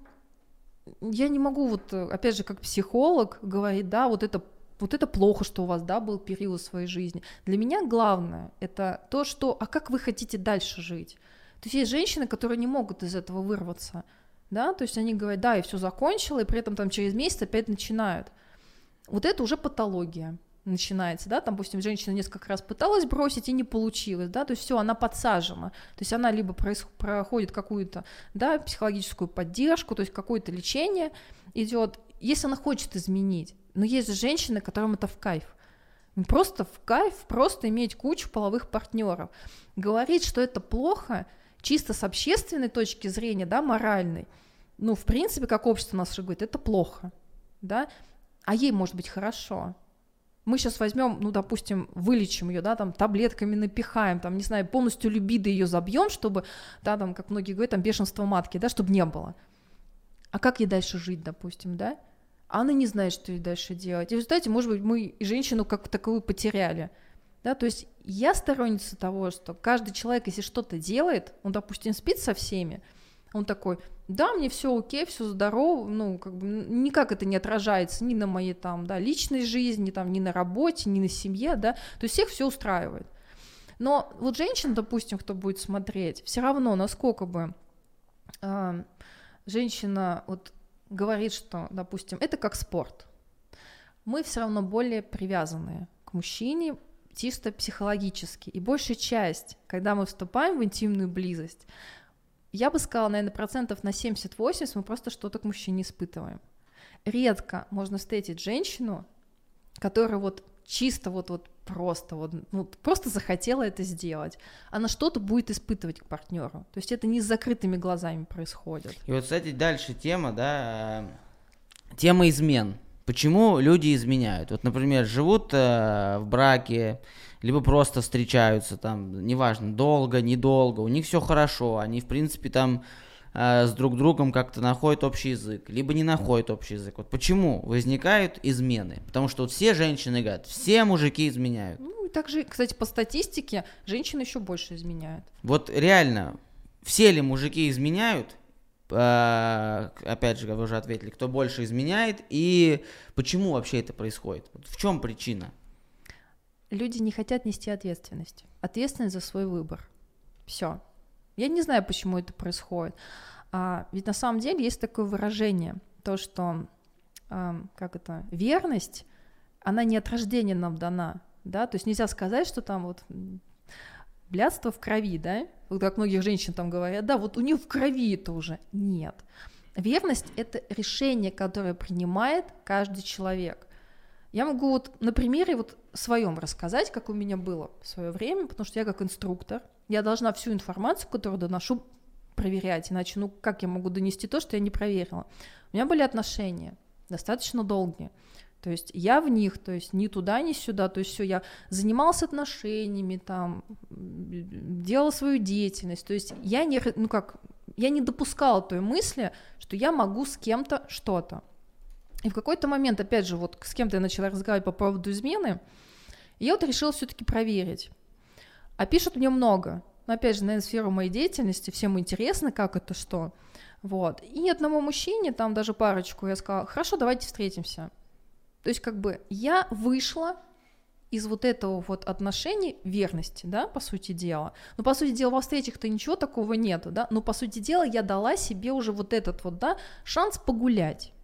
я не могу, вот, опять же, как психолог говорить, да, вот это, вот это плохо, что у вас, да, был период в своей жизни. Для меня главное это то, что, а как вы хотите дальше жить? То есть есть женщины, которые не могут из этого вырваться, да, то есть они говорят, да, я все закончила, и при этом там через месяц опять начинают. Вот это уже патология начинается, да, там, допустим, женщина несколько раз пыталась бросить и не получилось, да, то есть все, она подсажена, то есть она либо проис- проходит какую-то, да, психологическую поддержку, то есть какое-то лечение идет, если она хочет изменить, но есть же женщины, которым это в кайф, просто в кайф, просто иметь кучу половых партнеров, говорить, что это плохо, чисто с общественной точки зрения, да, моральной, ну, в принципе, как общество нас же говорит, это плохо, да, а ей может быть хорошо. Мы сейчас возьмем, ну, допустим, вылечим ее, да, там, таблетками напихаем, там, не знаю, полностью либидо ее забьем, чтобы, да, там, как многие говорят, там, бешенство матки, да, чтобы не было. А как ей дальше жить, допустим, да? Она не знает, что ей дальше делать. И в результате, может быть, мы и женщину как таковую потеряли, да, то есть я сторонница того, что каждый человек, если что-то делает, он, допустим, спит со всеми, он такой, да, мне все окей, все здорово, ну, как бы никак это не отражается ни на моей там, да, личной жизни, там, ни на работе, ни на семье, да, то есть всех все устраивает. Но вот женщин, допустим, кто будет смотреть, все равно, насколько бы э, женщина вот говорит, что, допустим, это как спорт, мы все равно более привязаны к мужчине, чисто психологически, и большая часть, когда мы вступаем в интимную близость, я бы сказала, наверное, процентов на семьдесят-восемьдесят мы просто что-то к мужчине испытываем. Редко можно встретить женщину, которая вот чисто вот, вот просто вот, ну, просто захотела это сделать, она что-то будет испытывать к партнеру. То есть это не с закрытыми глазами происходит. И вот, кстати, дальше тема, да, тема измен. Почему люди изменяют? Вот, например, живут э, в браке, либо просто встречаются, там, неважно, долго, недолго, у них все хорошо, они, в принципе, там э, с друг другом как-то находят общий язык, либо не находят общий язык. Вот почему возникают измены? Потому что вот все женщины говорят, все мужики изменяют. Ну, и также, кстати, по статистике, женщины еще больше изменяют. Вот реально, все ли мужики изменяют? Опять же, вы уже ответили, кто больше изменяет и почему вообще это происходит? В чем причина? Люди не хотят нести ответственность. Ответственность за свой выбор. Все. Я не знаю, почему это происходит. А, ведь на самом деле есть такое выражение, то, что а, как это, верность, она не от рождения нам дана. Да? То есть нельзя сказать, что там вот блядство в крови, да? Вот как многих женщин там говорят, да, вот у нее в крови это уже. Нет. Верность — это решение, которое принимает каждый человек. Я могу вот на примере вот своем рассказать, как у меня было в свое время, потому что я как инструктор, я должна всю информацию, которую доношу, проверять, иначе, ну, как я могу донести то, что я не проверила? У меня были отношения достаточно долгие. То есть я в них, то есть ни туда, ни сюда, то есть все, я занималась отношениями, там, делала свою деятельность, то есть я не, ну как, я не допускала той мысли, что я могу с кем-то что-то. И в какой-то момент, опять же, вот с кем-то я начала разговаривать по поводу измены, и я вот решила все-таки проверить. А пишут мне много, но опять же, наверное, сферу моей деятельности, всем интересно, как это, что, вот. И одному мужчине, там даже парочку, я сказала, хорошо, давайте встретимся. То есть как бы я вышла из вот этого вот отношений верности, да, по сути дела. Но по сути дела во встречах-то ничего такого нету, да, но по сути дела я дала себе уже вот этот вот, да, шанс погулять.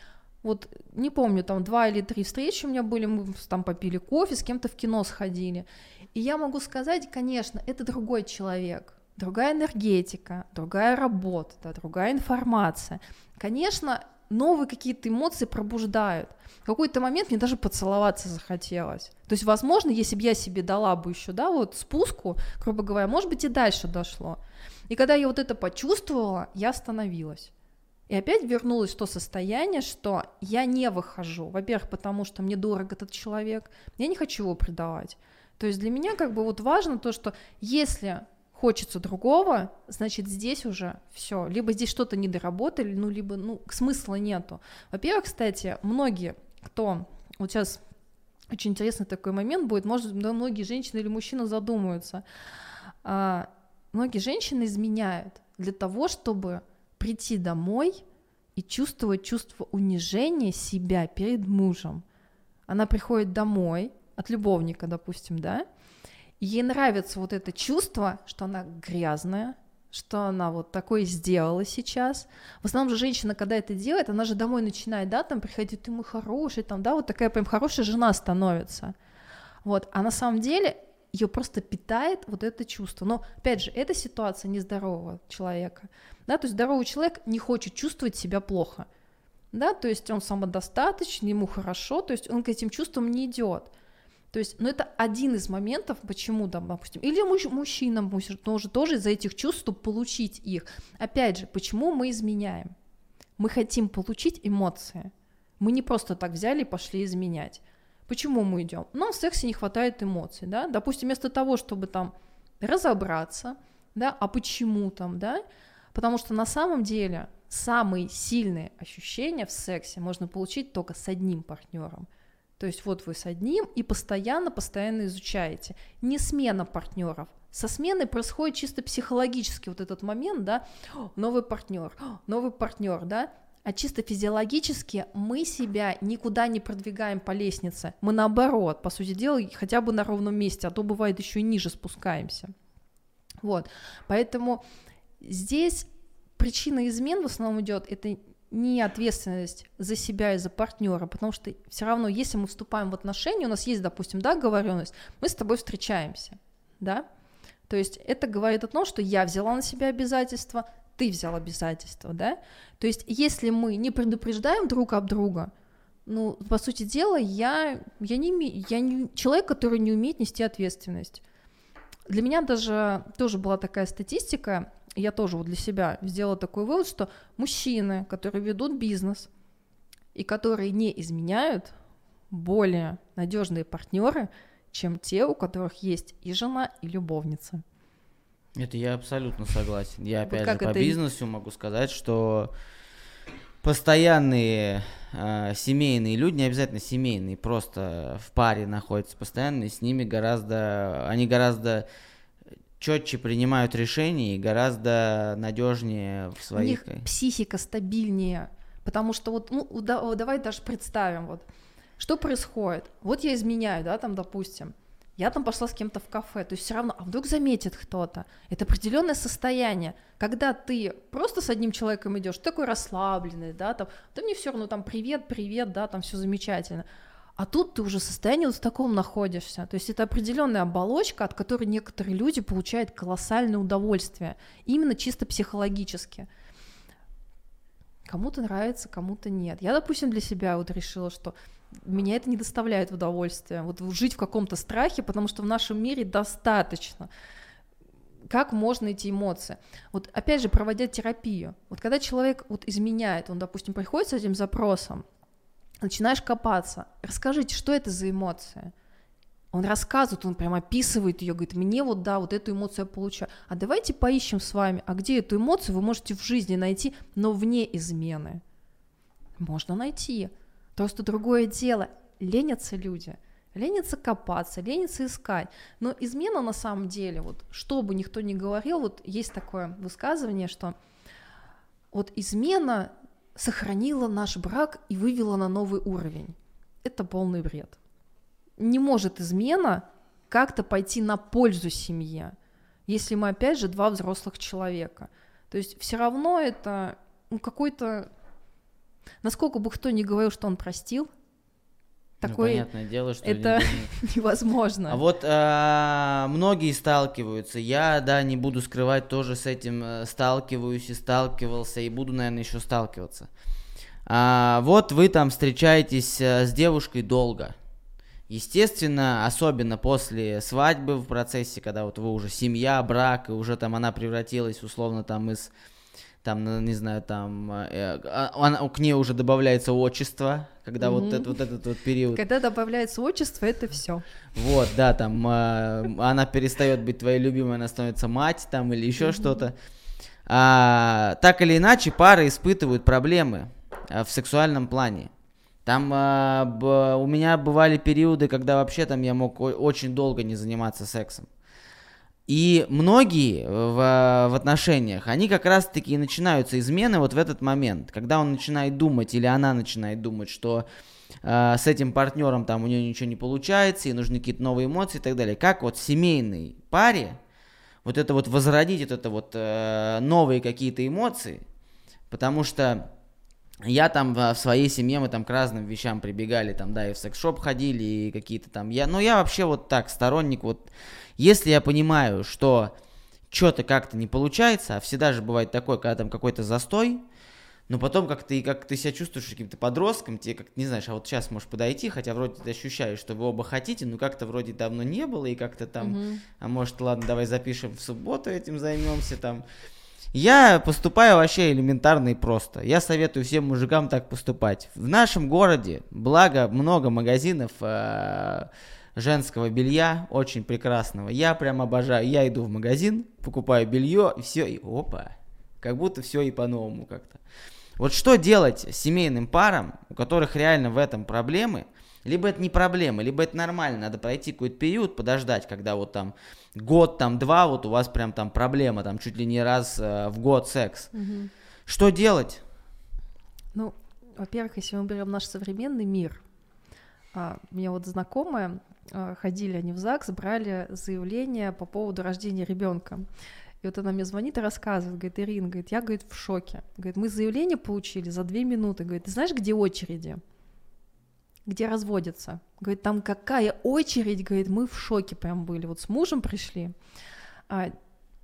Вот не помню, там два или три встречи у меня были, мы там попили кофе, с кем-то в кино сходили. И я могу сказать, конечно, это другой человек, другая энергетика, другая работа, да, другая информация. Конечно, новые какие-то эмоции пробуждают. В какой-то момент мне даже поцеловаться захотелось. То есть, возможно, если бы я себе дала бы еще, да, вот спуску, грубо говоря, может быть, и дальше дошло. И когда я вот это почувствовала, я остановилась. И опять вернулось в то состояние, что я не выхожу. Во-первых, потому что мне дорог этот человек, я не хочу его предавать. То есть для меня как бы вот важно то, что если хочется другого, значит, здесь уже все. Либо здесь что-то не доработали, ну, либо, ну, смысла нету. Во-первых, кстати, многие, кто... Вот сейчас очень интересный такой момент будет, может, да, многие женщины или мужчины задумаются. А, многие женщины изменяют для того, чтобы прийти домой и чувствовать чувство унижения себя перед мужем. Она приходит домой от любовника, допустим, да, и ей нравится вот это чувство, что она грязная, что она вот такое сделала сейчас. В основном же женщина, когда это делает, она же домой начинает, да, там приходит, ты мой хороший, там, да, вот такая прям хорошая жена становится. Вот, а на самом деле ее просто питает вот это чувство. Но, опять же, это ситуация нездорового человека, да, то есть здоровый человек не хочет чувствовать себя плохо, да, то есть он самодостаточный, ему хорошо, то есть он к этим чувствам не идет. То есть, ну, это один из моментов, почему, там, допустим, или муж, мужчина может тоже, тоже из-за этих чувств, чтобы получить их. Опять же, почему мы изменяем? Мы хотим получить эмоции. Мы не просто так взяли и пошли изменять. Почему мы идем? Нам в сексе не хватает эмоций, да? Допустим, вместо того, чтобы там разобраться, да, а почему там, да? Потому что на самом деле самые сильные ощущения в сексе можно получить только с одним партнером. То есть вот вы с одним и постоянно-постоянно изучаете. Не смена партнеров. Со сменой происходит чисто психологически вот этот момент, да, новый партнер, новый партнер, да, а чисто физиологически мы себя никуда не продвигаем по лестнице. Мы наоборот, по сути дела, хотя бы на ровном месте, а то бывает еще и ниже спускаемся. Вот, поэтому здесь причина измен в основном идет, это не ответственность за себя и за партнера, потому что все равно, если мы вступаем в отношения, у нас есть, допустим, договоренность, мы с тобой встречаемся, да, то есть это говорит о том, что я взяла на себя обязательства, ты взял обязательства, да, то есть если мы не предупреждаем друг об друга, Ну, по сути дела, я, я, не, я не человек, который не умеет нести ответственность. Для меня даже тоже была такая статистика, я тоже вот для себя сделала такой вывод, что мужчины, которые ведут бизнес и которые не изменяют, более надежные партнеры, чем те, у которых есть и жена, и любовница. Это я абсолютно согласен. Я Вот опять как же по это... бизнесу могу сказать, что постоянные э, семейные люди, не обязательно семейные, просто в паре находятся постоянно, и с ними гораздо, они гораздо четче принимают решения и гораздо надежнее в своих... У них психика стабильнее, потому что вот, ну, да, давай даже представим, вот, что происходит. Вот я изменяю, да, там, допустим, я там пошла с кем-то в кафе, то есть все равно, а вдруг заметит кто-то. Это определенное состояние, когда ты просто с одним человеком идешь, такой расслабленный, да, там, да мне все равно там привет, привет, да, там все замечательно. А тут ты уже в состоянии вот в таком находишься. То есть это определенная оболочка, от которой некоторые люди получают колоссальное удовольствие, именно чисто психологически. Кому-то нравится, кому-то нет. Я, допустим, для себя вот решила, что меня это не доставляет удовольствия, вот жить в каком-то страхе, потому что в нашем мире достаточно. Как можно эти эмоции? Вот опять же, проводя терапию, вот когда человек вот изменяет, он, допустим, приходит с этим запросом, начинаешь копаться, расскажите, что это за эмоция? Он рассказывает, он прям описывает ее, говорит, мне вот да, вот эту эмоцию я получаю. А давайте поищем с вами, а где эту эмоцию вы можете в жизни найти, но вне измены? Можно найти. Просто другое дело. Ленятся люди, ленятся копаться, ленятся искать. Но измена на самом деле, вот, что бы никто ни говорил, вот есть такое высказывание, что вот измена сохранила наш брак и вывела на новый уровень. Это полный бред. Не может измена как-то пойти на пользу семье, если мы, опять же, два взрослых человека. То есть все равно это ну, какой-то... Насколько бы кто ни говорил, что он простил, такое... Ну, понятное дело, что это не... невозможно. А вот а, многие сталкиваются. Я, да, не буду скрывать, тоже с этим а, сталкиваюсь и сталкивался, и буду, наверное, еще сталкиваться. А, вот вы там встречаетесь а, с девушкой долго. Естественно, особенно после свадьбы в процессе, когда вот вы уже семья, брак, и уже там она превратилась условно там из... Там, не знаю, там, э, она, к ней уже добавляется отчество, когда mm-hmm. вот, это, вот этот вот период. Когда добавляется отчество, это все. Вот, да, там, э, она перестает быть твоей любимой, она становится мать, там, или еще mm-hmm. что-то. А, так или иначе, пары испытывают проблемы а, в сексуальном плане. Там а, б, у меня бывали периоды, когда вообще там я мог о- очень долго не заниматься сексом. И многие в, в отношениях, они как раз-таки начинаются измены вот в этот момент, когда он начинает думать или она начинает думать, что э, с этим партнером там у нее ничего не получается, и нужны какие-то новые эмоции и так далее. Как вот в семейной паре вот это вот возродить, вот это вот э, новые какие-то эмоции, потому что я там в своей семье, мы там к разным вещам прибегали, там, да, и в секс-шоп ходили, и какие-то там, я, ну, я вообще вот так, сторонник, вот, если я понимаю, что что-то как-то не получается, а всегда же бывает такое, когда там какой-то застой, но потом как ты, как ты себя чувствуешь каким-то подростком, тебе как не знаешь, а вот сейчас можешь подойти, хотя вроде ты ощущаешь, что вы оба хотите, но как-то вроде давно не было, и как-то там, mm-hmm. а может, ладно, давай запишем в субботу, этим займемся там. Я поступаю вообще элементарно и просто. Я советую всем мужикам так поступать. В нашем городе, благо, много магазинов э, женского белья, очень прекрасного. Я прям обожаю. Я иду в магазин, покупаю белье, и все, и опа, как будто все и по-новому как-то. Вот что делать семейным парам, у которых реально в этом проблемы? Либо это не проблема, либо это нормально, надо пройти какой-то период, подождать, когда вот там год, там два, вот у вас прям там проблема, там чуть ли не раз э, в год секс. Угу. Что делать? Ну, во-первых, если мы берем наш современный мир, а, у меня вот знакомые а, ходили они в ЗАГС, брали заявление по поводу рождения ребенка. И вот она мне звонит и рассказывает, говорит, Ирина, говорит, я, говорит, в шоке. Говорит, мы заявление получили за две минуты. Говорит, ты знаешь, где очереди? Где разводятся. Говорит, там какая очередь, говорит, мы в шоке прям были. Вот с мужем пришли. А,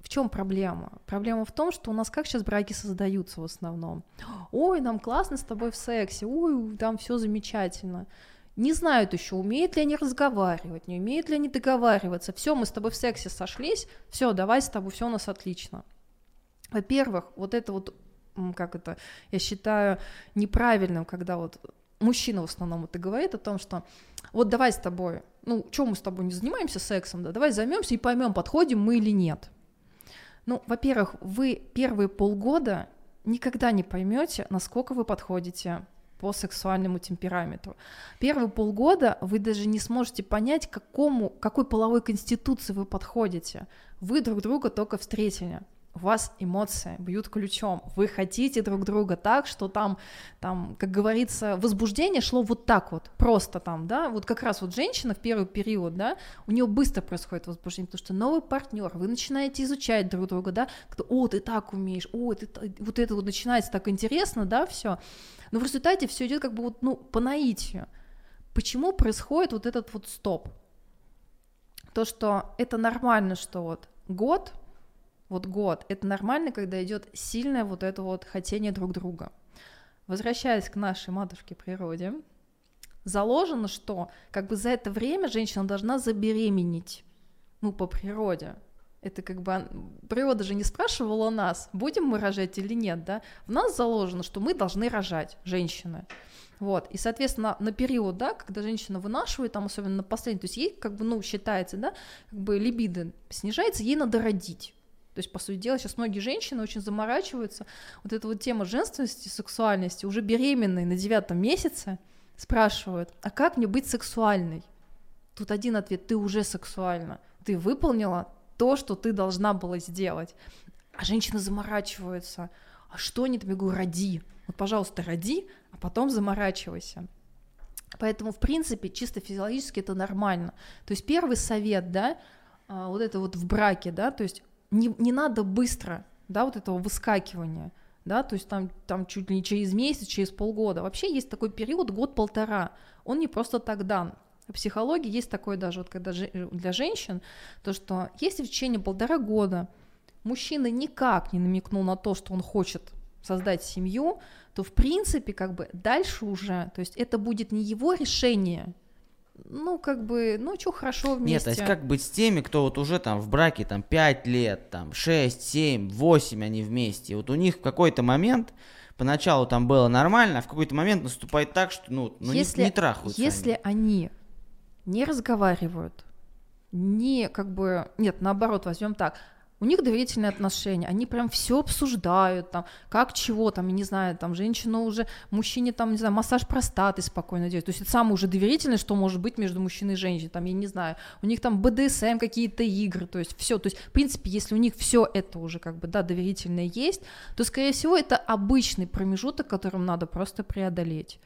В чем проблема? Проблема в том, что у нас как сейчас браки создаются в основном. Ой, нам классно с тобой в сексе, ой, там все замечательно. Не знают еще, умеют ли они разговаривать, не умеют ли они договариваться. Все, мы с тобой в сексе сошлись, все, давай с тобой, все у нас отлично. Во-первых, вот это вот, как это, я считаю неправильным, когда вот мужчина в основном это говорит о том, что вот давай с тобой, ну, что мы с тобой не занимаемся сексом, да, давай займемся и поймем, подходим мы или нет. Ну, во-первых, вы первые полгода никогда не поймете, насколько вы подходите по сексуальному темпераменту. Первые полгода вы даже не сможете понять, к какому, какой половой конституции вы подходите. Вы друг друга только встретили. У вас эмоции бьют ключом. Вы хотите друг друга так, что там, там, как говорится, возбуждение шло вот так вот, просто там, да, вот как раз вот женщина в первый период, да, у нее быстро происходит возбуждение, потому что новый партнер, вы начинаете изучать друг друга, да, кто, о, ты так умеешь, о, ты, вот это вот начинается так интересно, да, все, но в результате все идет как бы вот, ну, по наитию. Почему происходит вот этот вот стоп? То, что это нормально, что вот год, Вот год, это нормально, когда идет сильное вот это вот хотение друг друга. Возвращаясь к нашей матушке природе, заложено, что как бы за это время женщина должна забеременеть, ну, по природе. Это как бы природа же не спрашивала нас, будем мы рожать или нет, да? В нас заложено, что мы должны рожать, женщины. Вот, и, соответственно, на период, да, когда женщина вынашивает, там, особенно на последний, то есть ей, как бы, ну, считается, да, как бы либидо снижается, ей надо родить. То есть, по сути дела, сейчас многие женщины очень заморачиваются. Вот эта вот тема женственности, сексуальности, уже беременные на девятом месяце спрашивают, а как мне быть сексуальной? Тут один ответ, ты уже сексуальна, ты выполнила то, что ты должна была сделать. А женщины заморачиваются, а что они тебе говорят, роди, вот, пожалуйста, роди, а потом заморачивайся. Поэтому, в принципе, чисто физиологически это нормально. То есть первый совет, да, вот это вот в браке, да, то есть Не, не надо быстро, да, вот этого выскакивания, да, то есть там, там чуть ли не через месяц, через полгода. Вообще есть такой период, год-полтора, он не просто так дан. В психологии есть такое даже вот когда для женщин, то что если в течение полтора года мужчина никак не намекнул на то, что он хочет создать семью, то в принципе как бы дальше уже, то есть это будет не его решение, ну, как бы, ну, что хорошо вместе. Нет, то есть как быть с теми, кто вот уже там в браке там пять лет, там шесть, семь, восемь они вместе, и вот у них в какой-то момент, поначалу там было нормально, а в какой-то момент наступает так, что, ну, ну если, не, не трахаются Если они. они не разговаривают, не, как бы, нет, наоборот, возьмем так, у них доверительные отношения, они прям все обсуждают, там, как чего, там, я не знаю, там, женщина уже, мужчине, там, не знаю, массаж простаты спокойно делает, то есть это самое уже доверительное, что может быть между мужчиной и женщиной, там, я не знаю, у них там бэ дэ эс эм какие-то игры, то есть все, то есть, в принципе, если у них все это уже, как бы, да, доверительное есть, то, скорее всего, это обычный промежуток, которым надо просто преодолеть.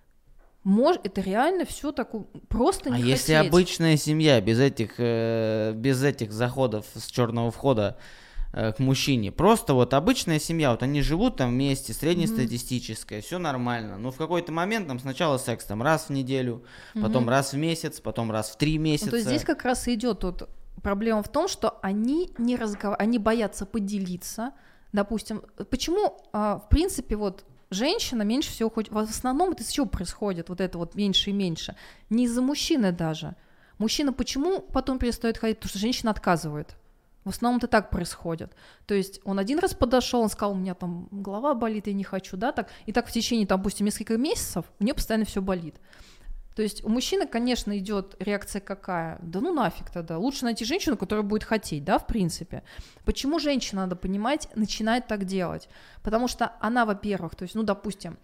Может, это реально все такое просто не А хотеть. если обычная семья без этих, э, без этих заходов с черного входа э, к мужчине, просто вот обычная семья, вот они живут там вместе, среднестатистическая, mm-hmm. все нормально, но в какой-то момент там сначала секс там раз в неделю, mm-hmm. потом раз в месяц, потом раз в три месяца. Ну, то есть здесь как раз и идет вот проблема в том, что они не разговаривают, они боятся поделиться, допустим, почему, а, в принципе, вот женщина меньше всего хочет, в основном это из чего происходит, вот это вот меньше и меньше, не из-за мужчины даже. Мужчина почему потом перестает ходить, потому что женщина отказывает. В основном это так происходит. То есть он один раз подошел, он сказал, у меня там голова болит, я не хочу, да, так, и так в течение, там, допустим, нескольких месяцев у нее постоянно все болит. То есть у мужчины, конечно, идет реакция какая? Да ну нафиг тогда, лучше найти женщину, которая будет хотеть, да, в принципе. Почему женщина, надо понимать, начинает так делать? Потому что она, во-первых, то есть, ну, допустим,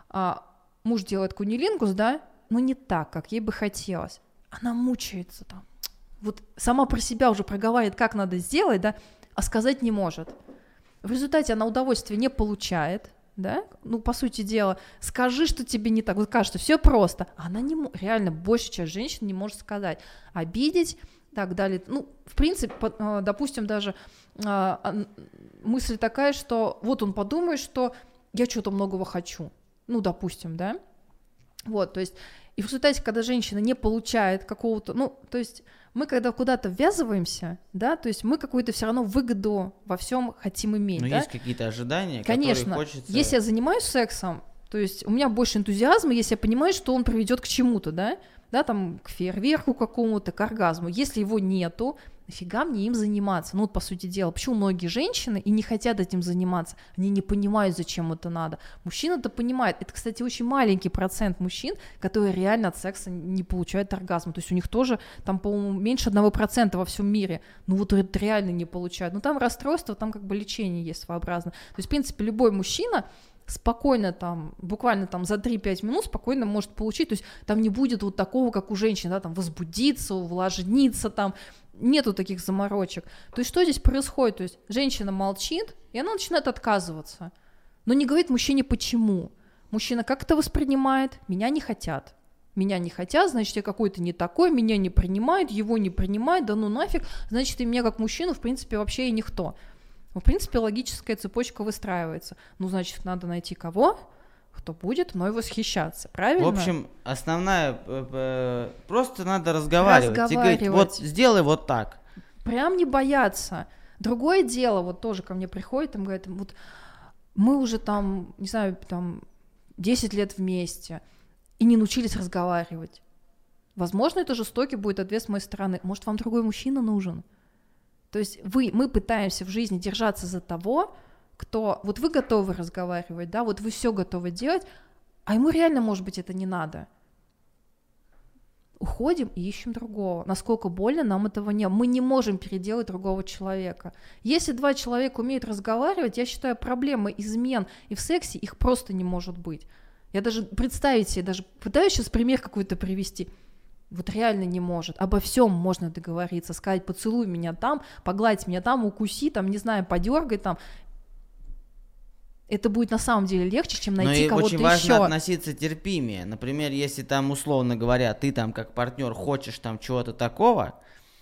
муж делает куннилингус, да, но не так, как ей бы хотелось. Она мучается там, вот сама про себя уже проговаривает, как надо сделать, да, а сказать не может. В результате она удовольствия не получает, да, ну, по сути дела, скажи, что тебе не так, вот кажется, все просто, она не мо- реально, большая часть женщин не может сказать, обидеть, так далее, ну, в принципе, по, допустим, даже а, мысль такая, что вот он подумает, что я что-то многого хочу, ну, допустим, да, вот, то есть, и в результате, когда женщина не получает какого-то, ну, то есть, мы когда куда-то ввязываемся, да, то есть мы какую-то все равно выгоду во всем хотим иметь, Но да? есть какие-то ожидания, Конечно, которые хочется... если я занимаюсь сексом, то есть у меня больше энтузиазма, если я понимаю, что он приведет к чему-то, да, да, там, к фейерверку какому-то, к оргазму. Если его нету, нафига мне им заниматься? Ну, вот, по сути дела, почему многие женщины и не хотят этим заниматься? Они не понимают, зачем это надо. Мужчина-то понимает. Это, кстати, очень маленький процент мужчин, которые реально от секса не получают оргазм. То есть у них тоже, там, по-моему, меньше одного процента во всем мире. Ну, вот это реально не получают. Ну, там расстройство, там как бы лечение есть своеобразно. То есть, в принципе, любой мужчина спокойно там, буквально там за три-пять минут спокойно может получить, то есть там не будет вот такого, как у женщин, да, там возбудиться, увлажниться, там нету таких заморочек. То есть что здесь происходит? То есть женщина молчит, и она начинает отказываться, но не говорит мужчине почему. Мужчина как это воспринимает? Меня не хотят. Меня не хотят, значит, я какой-то не такой, меня не принимают, его не принимают, да ну нафиг, значит, и меня как мужчину, в принципе, вообще и никто. В принципе, логическая цепочка выстраивается. Ну, значит, надо найти кого, кто будет мной восхищаться, правильно? В общем, основная... Просто надо разговаривать. Разговаривать. И говорить, вот сделай вот так. Прям не бояться. Другое дело, вот тоже ко мне приходит, там говорят, вот мы уже там, не знаю, там десять лет вместе и не научились разговаривать. Возможно, это жестокий будет ответ с моей стороны. Может, вам другой мужчина нужен? То есть вы, мы пытаемся в жизни держаться за того, кто... Вот вы готовы разговаривать, да, вот вы все готовы делать, а ему реально, может быть, это не надо. Уходим и ищем другого. Насколько больно, нам этого не... Мы не можем переделать другого человека. Если два человека умеют разговаривать, я считаю, проблемы измен и в сексе их просто не может быть. Я даже представить себе, даже пытаюсь сейчас пример какой-то привести. Вот реально не может. Обо всем можно договориться, сказать, поцелуй меня там, погладь меня там, укуси, там, не знаю, подергай там. Это будет на самом деле легче, чем найти кого-то еще. Но очень важно относиться терпимее. Например, если там, условно говоря, ты там как партнер хочешь там чего-то такого,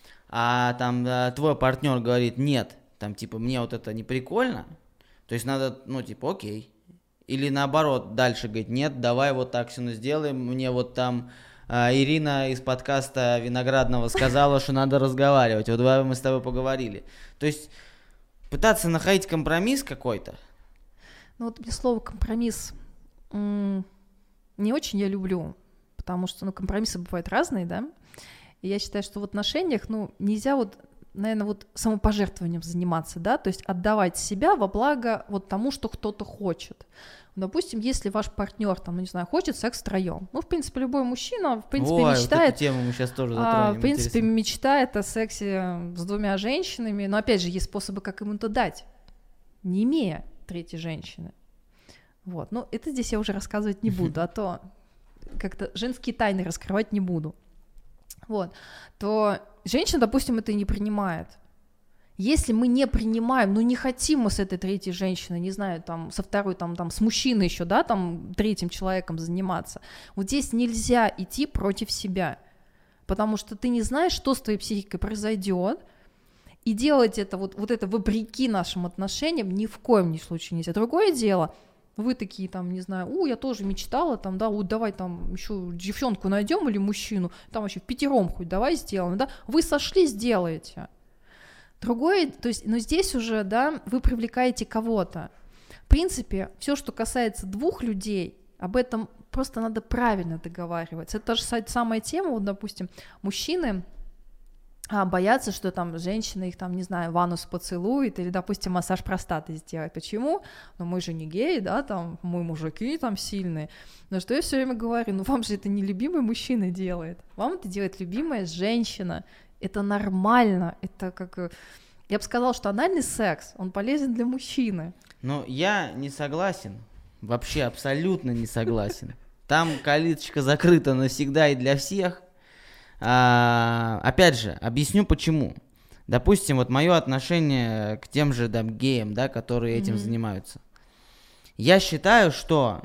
а там да, твой партнер говорит, нет, там типа мне вот это не прикольно, то есть надо, ну типа, окей. Или наоборот, дальше говорит, нет, давай вот так все сделаем, мне вот там... Ирина из подкаста Виноградного сказала, что надо разговаривать. Вот давай мы с тобой поговорили. То есть пытаться находить компромисс какой-то. Ну вот мне слово компромисс м- не очень я люблю, потому что ну, компромиссы бывают разные, да. И я считаю, что в отношениях ну, нельзя вот, наверное, вот самопожертвованием заниматься, да, то есть отдавать себя во благо вот тому, что кто-то хочет. Допустим, если ваш партнер, там, ну, не знаю, хочет секс втроем, ну, в принципе, любой мужчина, в принципе, Ой, мечтает... вот эту тему мы сейчас тоже затронем, а, в принципе, интересно. мечтает о сексе с двумя женщинами, но, опять же, есть способы, как ему это дать, не имея третьей женщины. Вот, ну, это здесь я уже рассказывать не буду, а то как-то женские тайны раскрывать не буду. Вот, то женщина, допустим, это и не принимает. Если мы не принимаем, ну не хотим мы с этой третьей женщиной, не знаю, там, со второй, там, там, с мужчиной еще, да, там, третьим человеком заниматься, вот здесь нельзя идти против себя, потому что ты не знаешь, что с твоей психикой произойдет, и делать это, вот, вот это вопреки нашим отношениям ни в коем случае нельзя. Другое дело, вы такие, там, не знаю, у, я тоже мечтала, там, да, вот давай там еще девчонку найдем или мужчину, там вообще в пятером хоть давай сделаем, да, вы сошли, сделаете. Другое, то есть, но здесь уже, да, вы привлекаете кого-то. В принципе, все, что касается двух людей, об этом просто надо правильно договариваться. Это та же самая тема, вот, допустим, мужчины а, боятся, что там женщина их, там, не знаю, в анус поцелует или, допустим, массаж простаты сделает. Почему? Ну, мы же не геи, да, там, мы мужики там сильные. Но что я все время говорю, ну, вам же это не любимый мужчина делает, вам это делает любимая женщина. Это нормально, это как... Я бы сказала, что анальный секс, он полезен для мужчины. Но я не согласен, вообще абсолютно не согласен. Там калиточка закрыта навсегда и для всех. А, опять же, объясню почему. Допустим, вот мое отношение к тем же там, геям, да, которые этим mm-hmm. занимаются. Я считаю, что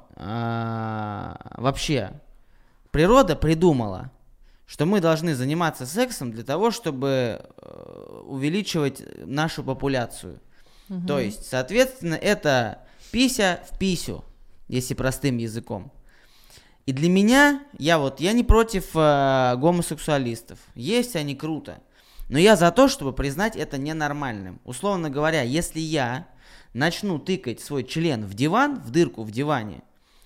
а, вообще природа придумала, что мы должны заниматься сексом для того, чтобы э, увеличивать нашу популяцию. Угу. То есть, соответственно, это пися в писю, если простым языком. И для меня, я вот, я не против э, гомосексуалистов. Есть они, круто. Но я за то, чтобы признать это ненормальным. Условно говоря, если я начну тыкать свой член в диван, в дырку в диване,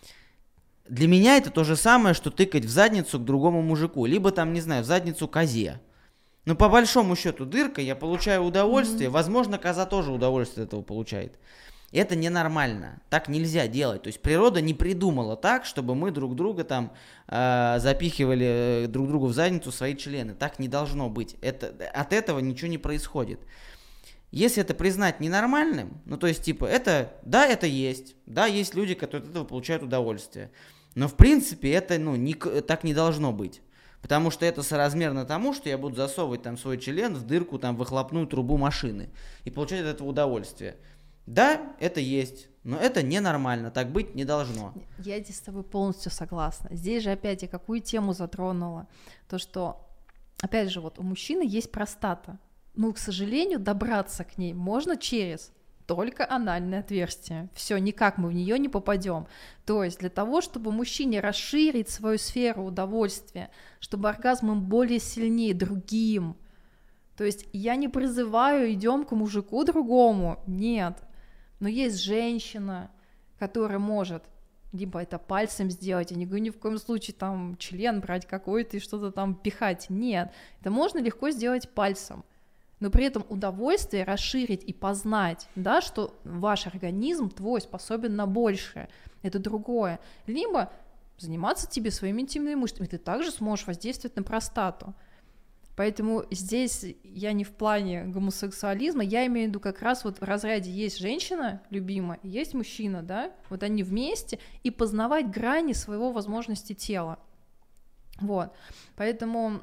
для меня это то же самое, что тыкать в задницу к другому мужику, либо там, не знаю, в задницу козе. Но по большому счету дырка, я получаю удовольствие, mm-hmm. возможно, коза тоже удовольствие от этого получает. Это ненормально, так нельзя делать. То есть природа не придумала так, чтобы мы друг друга там э, запихивали друг другу в задницу свои члены. Так не должно быть. Это, от этого ничего не происходит. Если это признать ненормальным, ну то есть типа это, да, это есть, да, есть люди, которые от этого получают удовольствие. Но в принципе это, ну, не, так не должно быть. Потому что это соразмерно тому, что я буду засовывать там свой член в дырку, там, в выхлопную трубу машины и получать от этого удовольствие. Да, это есть, но это ненормально, так быть не должно. Я здесь с тобой полностью согласна. Здесь же опять я какую тему затронула? То, что, опять же, вот у мужчины есть простата. Но, к сожалению, добраться к ней можно через только анальное отверстие. Все, никак мы в нее не попадем. То есть для того, чтобы мужчине расширить свою сферу удовольствия, чтобы оргазм им более сильнее, другим. То есть я не призываю, идем к мужику другому, нет. Но есть женщина, которая может либо это пальцем сделать, я не говорю ни в коем случае там член брать какой-то и что-то там пихать, нет. Это можно легко сделать пальцем. Но при этом удовольствие расширить и познать, да, что ваш организм твой способен на большее, это другое. Либо заниматься тебе своими интимными мышцами, ты также сможешь воздействовать на простату. Поэтому здесь я не в плане гомосексуализма, я имею в виду как раз вот в разряде есть женщина любимая, есть мужчина, да, вот они вместе, и познавать грани своего возможности тела. Вот, поэтому...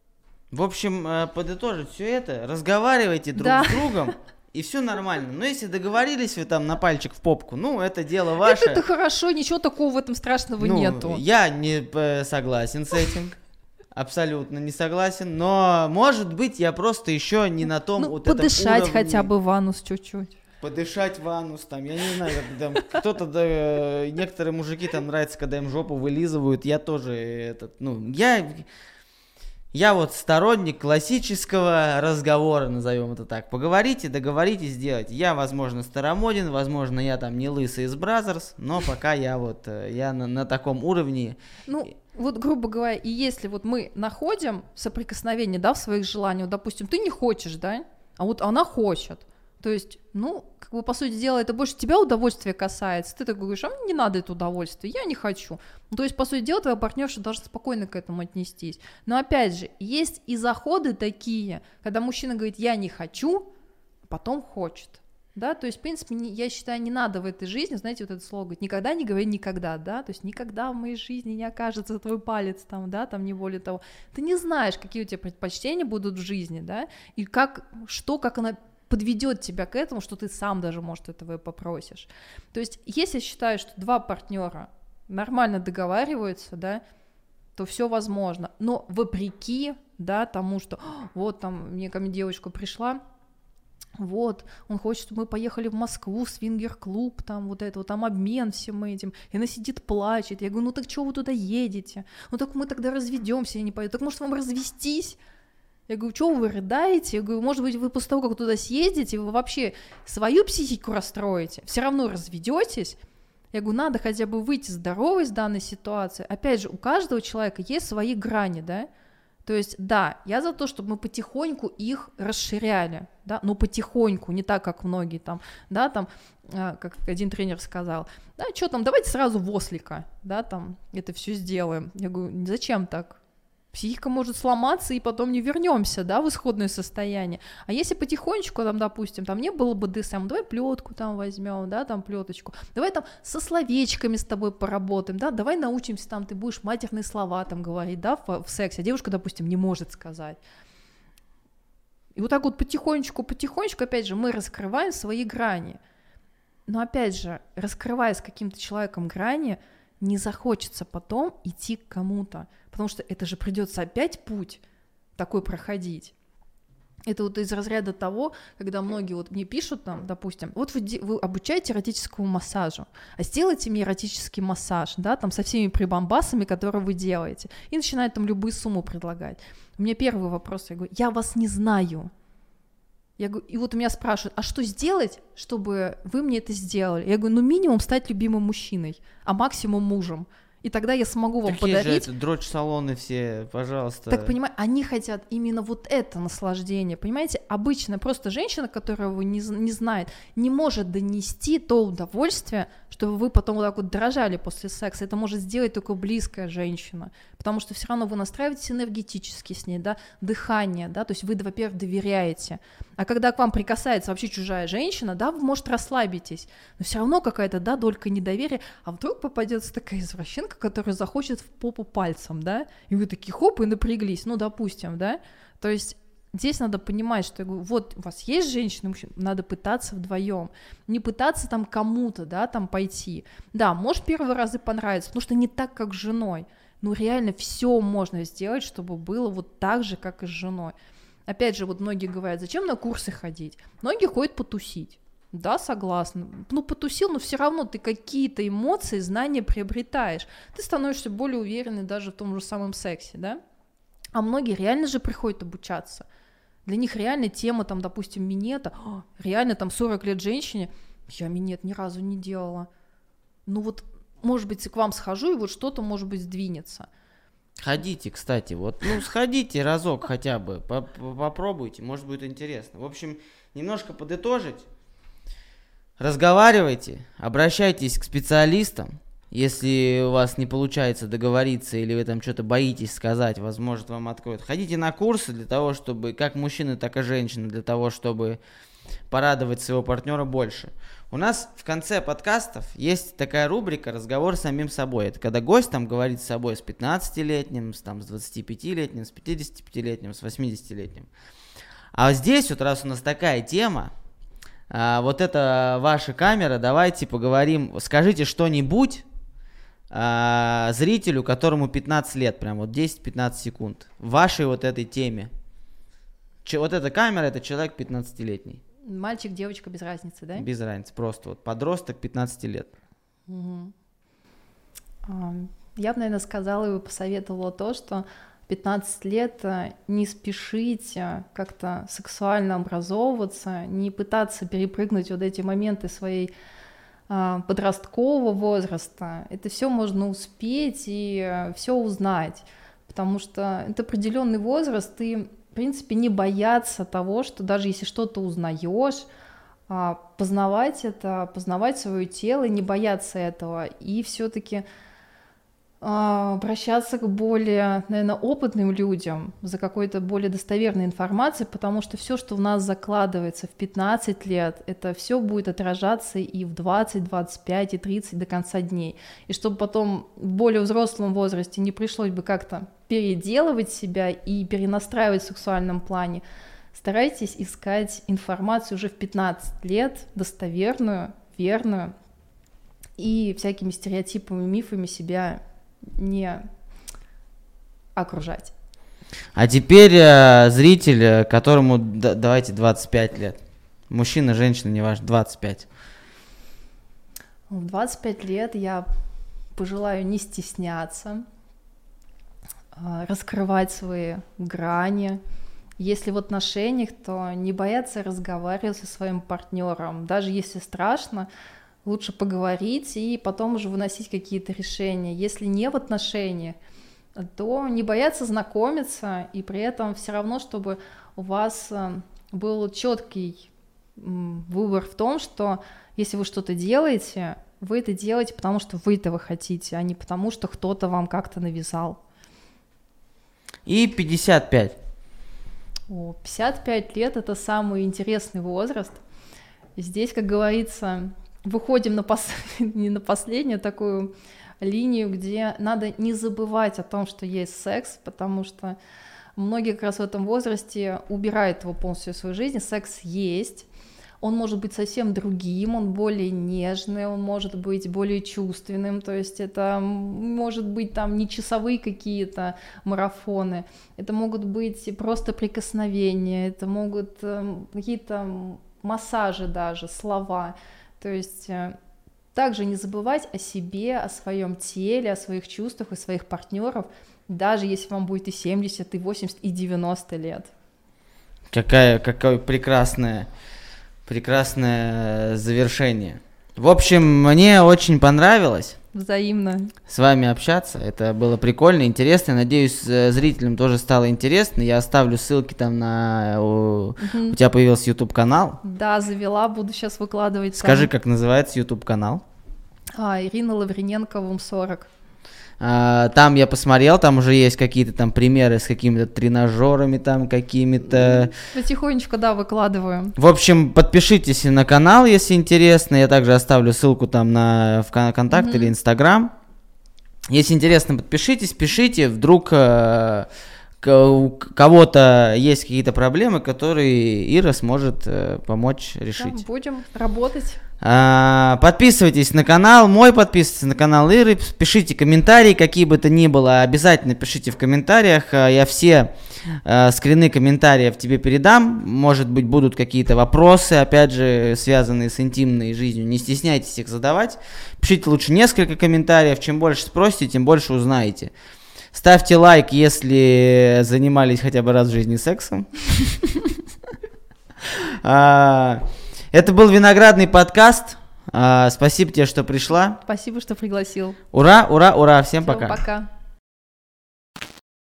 В общем, подытожить все это, разговаривайте друг да. с другом, и все нормально. Но если договорились вы там на пальчик в попку, ну, это дело ваше. Это, это хорошо, ничего такого в этом страшного ну, нету. Я не согласен с этим, абсолютно не согласен, но, может быть, я просто еще не на том ну, вот этом уровне. Подышать хотя бы в анус чуть-чуть. Подышать в анус, там, я не знаю, там, кто-то, да, некоторые мужики там нравится, когда им жопу вылизывают, я тоже, этот, ну, я... Я вот сторонник классического разговора, назовем это так. Поговорите, договоритесь, сделать. Я, возможно, старомоден, возможно, я там не лысый из Бразерс, но пока я вот, я на, на таком уровне. Ну, вот, грубо говоря, и если вот мы находим соприкосновение, да, в своих желаниях, допустим, ты не хочешь, да, а вот она хочет. То есть, ну, как бы, по сути дела, это больше тебя удовольствие касается. Ты такой говоришь, а мне не надо это удовольствие, я не хочу. Ну, то есть, по сути дела, твоя партнерша должна спокойно к этому отнестись. Но, опять же, есть и заходы такие, когда мужчина говорит, я не хочу, а потом хочет. Да, то есть, в принципе, не, я считаю, не надо в этой жизни, знаете, вот это слово говорит, никогда не говори никогда, да, то есть никогда в моей жизни не окажется твой палец там, да, там не более того. Ты не знаешь, какие у тебя предпочтения будут в жизни, да, и как, что, как она подведет тебя к этому, что ты сам даже, может, этого и попросишь. То есть, если считаешь, что два партнера нормально договариваются, да, то все возможно. Но вопреки, да, тому, что вот там мне ко мне девочка пришла, вот, он хочет, чтобы мы поехали в Москву, свингер-клуб, там вот это, вот там обмен всем этим, и она сидит, плачет, я говорю, ну так чего вы туда едете? Ну так мы тогда разведемся, я не пойду, так может вам развестись? Я говорю, что вы рыдаете? Я говорю, может быть, вы после того, как туда съездите, вы вообще свою психику расстроите, все равно разведетесь. Я говорю, надо хотя бы выйти здоровой из данной ситуации. Опять же, у каждого человека есть свои грани, да? То есть, да, я за то, чтобы мы потихоньку их расширяли, да, но потихоньку, не так, как многие там, да, там, как один тренер сказал, да, что там, давайте сразу в ослика, да, там, это все сделаем. Я говорю, зачем так? Психика может сломаться, и потом не вернемся, да, в исходное состояние. А если потихонечку, там, допустим, там не было бы ДСМ, давай плетку там возьмем, да, там плеточку, давай там со словечками с тобой поработаем, да, давай научимся там, ты будешь матерные слова там говорить, да, в, в сексе, а девушка, допустим, не может сказать. И вот так вот потихонечку, потихонечку, опять же, мы раскрываем свои грани. Но опять же, раскрывая с каким-то человеком грани, не захочется потом идти к кому-то, потому что это же придется опять путь такой проходить. Это вот из разряда того, когда многие вот мне пишут там, допустим, вот вы, вы обучаете эротическому массажу, а сделайте мне эротический массаж, да, там со всеми прибамбасами, которые вы делаете, и начинают там любую сумму предлагать. У меня первый вопрос, я говорю, я вас не знаю. Я говорю, и вот у меня спрашивают, а что сделать, чтобы вы мне это сделали? Я говорю, ну минимум стать любимым мужчиной, а максимум мужем. И тогда я смогу вам Какие подарить... же это дрочь-салоны все, пожалуйста. Так, понимаете, они хотят именно вот это наслаждение, понимаете? Обычно просто женщина, которая его не, не знает, не может донести то удовольствие, чтобы вы потом вот так вот дрожали после секса. Это может сделать только близкая женщина, потому что все равно вы настраиваетесь энергетически с ней, да, дыхание, да, то есть вы, во-первых, доверяете. А когда к вам прикасается вообще чужая женщина, да, вы, может, расслабитесь, но все равно какая-то, да, долька недоверия, а вдруг попадется такая извращенка, которая захочет в попу пальцем, да, и вы такие хоп, и напряглись, ну, допустим, да, то есть здесь надо понимать, что я говорю, вот у вас есть женщина, мужчина, надо пытаться вдвоем, не пытаться там кому-то, да, там пойти, да, может первый раз и понравится, потому что не так, как с женой, но реально все можно сделать, чтобы было вот так же, как и с женой. Опять же, вот многие говорят, зачем на курсы ходить? Многие ходят потусить. Да, согласна. Ну, потусил, но все равно ты какие-то эмоции, знания приобретаешь. Ты становишься более уверенной даже в том же самом сексе, да? А многие реально же приходят обучаться. Для них реально тема, там, допустим, минета. О, реально там сорок лет женщине. Я минет ни разу не делала. Ну вот, может быть, к вам схожу, и вот что-то, может быть, сдвинется. Ходите, кстати, вот, ну, сходите разок хотя бы, попробуйте, может, будет интересно. В общем, немножко подытожить. Разговаривайте, обращайтесь к специалистам. Если у вас не получается договориться или вы там что-то боитесь сказать, возможно, вам откроют. Ходите на курсы для того, чтобы, как мужчины, так и женщины, для того, чтобы порадовать своего партнера больше. У нас в конце подкастов есть такая рубрика «Разговор с самим собой». Это когда гость там говорит с собой с пятнадцатилетним, с, там, с двадцатипятилетним, с пятидесятипятилетним, с восьмидесятилетним. А здесь вот раз у нас такая тема, а, вот это ваша камера, давайте поговорим, скажите что-нибудь а, зрителю, которому пятнадцать лет, прям вот десять-пятнадцать секунд, в вашей вот этой теме. Че, вот эта камера, это человек пятнадцатилетний. Мальчик, девочка, без разницы, да? Без разницы, просто вот подросток пятнадцати лет. Угу. Я бы, наверное, сказала и посоветовала то, что пятнадцать лет не спешить как-то сексуально образовываться, не пытаться перепрыгнуть вот эти моменты своей подросткового возраста. Это все можно успеть и все узнать, потому что это определенный возраст, и в принципе, не бояться того, что даже если что-то узнаешь, познавать это, познавать свое тело, не бояться этого, и все-таки обращаться к более, наверное, опытным людям за какой-то более достоверной информацией, потому что все, что в нас закладывается в пятнадцать лет, это все будет отражаться и в двадцать, двадцать пять, и тридцать до конца дней. И чтобы потом в более взрослом возрасте не пришлось бы как-то переделывать себя и перенастраивать в сексуальном плане, старайтесь искать информацию уже в пятнадцать лет, достоверную, верную, и всякими стереотипами, мифами себя не окружать. А теперь э, зритель, которому, да, давайте, двадцать пять лет. Мужчина, женщина, не важно, двадцать пять. В двадцать пять лет я пожелаю не стесняться, раскрывать свои грани. Если в отношениях, то не бояться разговаривать со своим партнером. Даже если страшно, лучше поговорить и потом уже выносить какие-то решения. Если не в отношениях, то не бояться знакомиться, и при этом все равно, чтобы у вас был четкий выбор в том, что если вы что-то делаете, вы это делаете, потому что вы этого хотите, а не потому, что кто-то вам как-то навязал. И пятьдесят пять. О, пятьдесят пять лет — это самый интересный возраст. Здесь, как говорится, выходим на пос... не на последнюю такую линию, где надо не забывать о том, что есть секс, потому что многие как раз в этом возрасте убирают его полностью в свою жизнь. Секс есть, он может быть совсем другим, он более нежный, он может быть более чувственным, то есть это может быть там не часовые какие-то марафоны, это могут быть просто прикосновения, это могут какие-то массажи даже, слова, то есть также не забывать о себе, о своем теле, о своих чувствах и своих партнеров, даже если вам будет и семьдесят, и восемьдесят, и девяносто лет. Какая, какое прекрасное... Прекрасное завершение. В общем, мне очень понравилось. Взаимно. С вами общаться. Это было прикольно, интересно. Надеюсь, зрителям тоже стало интересно. Я оставлю ссылки там на... У, угу. У тебя появился YouTube-канал. Да, завела, буду сейчас выкладывать. Скажи, там. Как называется YouTube-канал? А, Ирина Лавриненко, ВУМ сорок. А, там я посмотрел, там уже есть какие-то там примеры с какими-то тренажерами, там какими-то... Потихонечку, да, выкладываю. В общем, подпишитесь на канал, если интересно. Я также оставлю ссылку там на ВКонтакте mm-hmm. или Инстаграм. Если интересно, подпишитесь, пишите. Вдруг э, у кого-то есть какие-то проблемы, которые Ира сможет э, помочь решить. Да, будем работать. А, подписывайтесь на канал мой, подписывайтесь на канал Иры, пишите комментарии, какие бы то ни было, обязательно пишите в комментариях, я все а, скрины комментариев тебе передам, может быть будут какие-то вопросы, опять же, связанные с интимной жизнью, не стесняйтесь их задавать, пишите лучше несколько комментариев, чем больше спросите, тем больше узнаете. Ставьте лайк, если занимались хотя бы раз в жизни сексом. Это был Виноградный подкаст. А, спасибо тебе, что пришла. Спасибо, что пригласил. Ура, ура, ура. Всем, Всем пока. пока.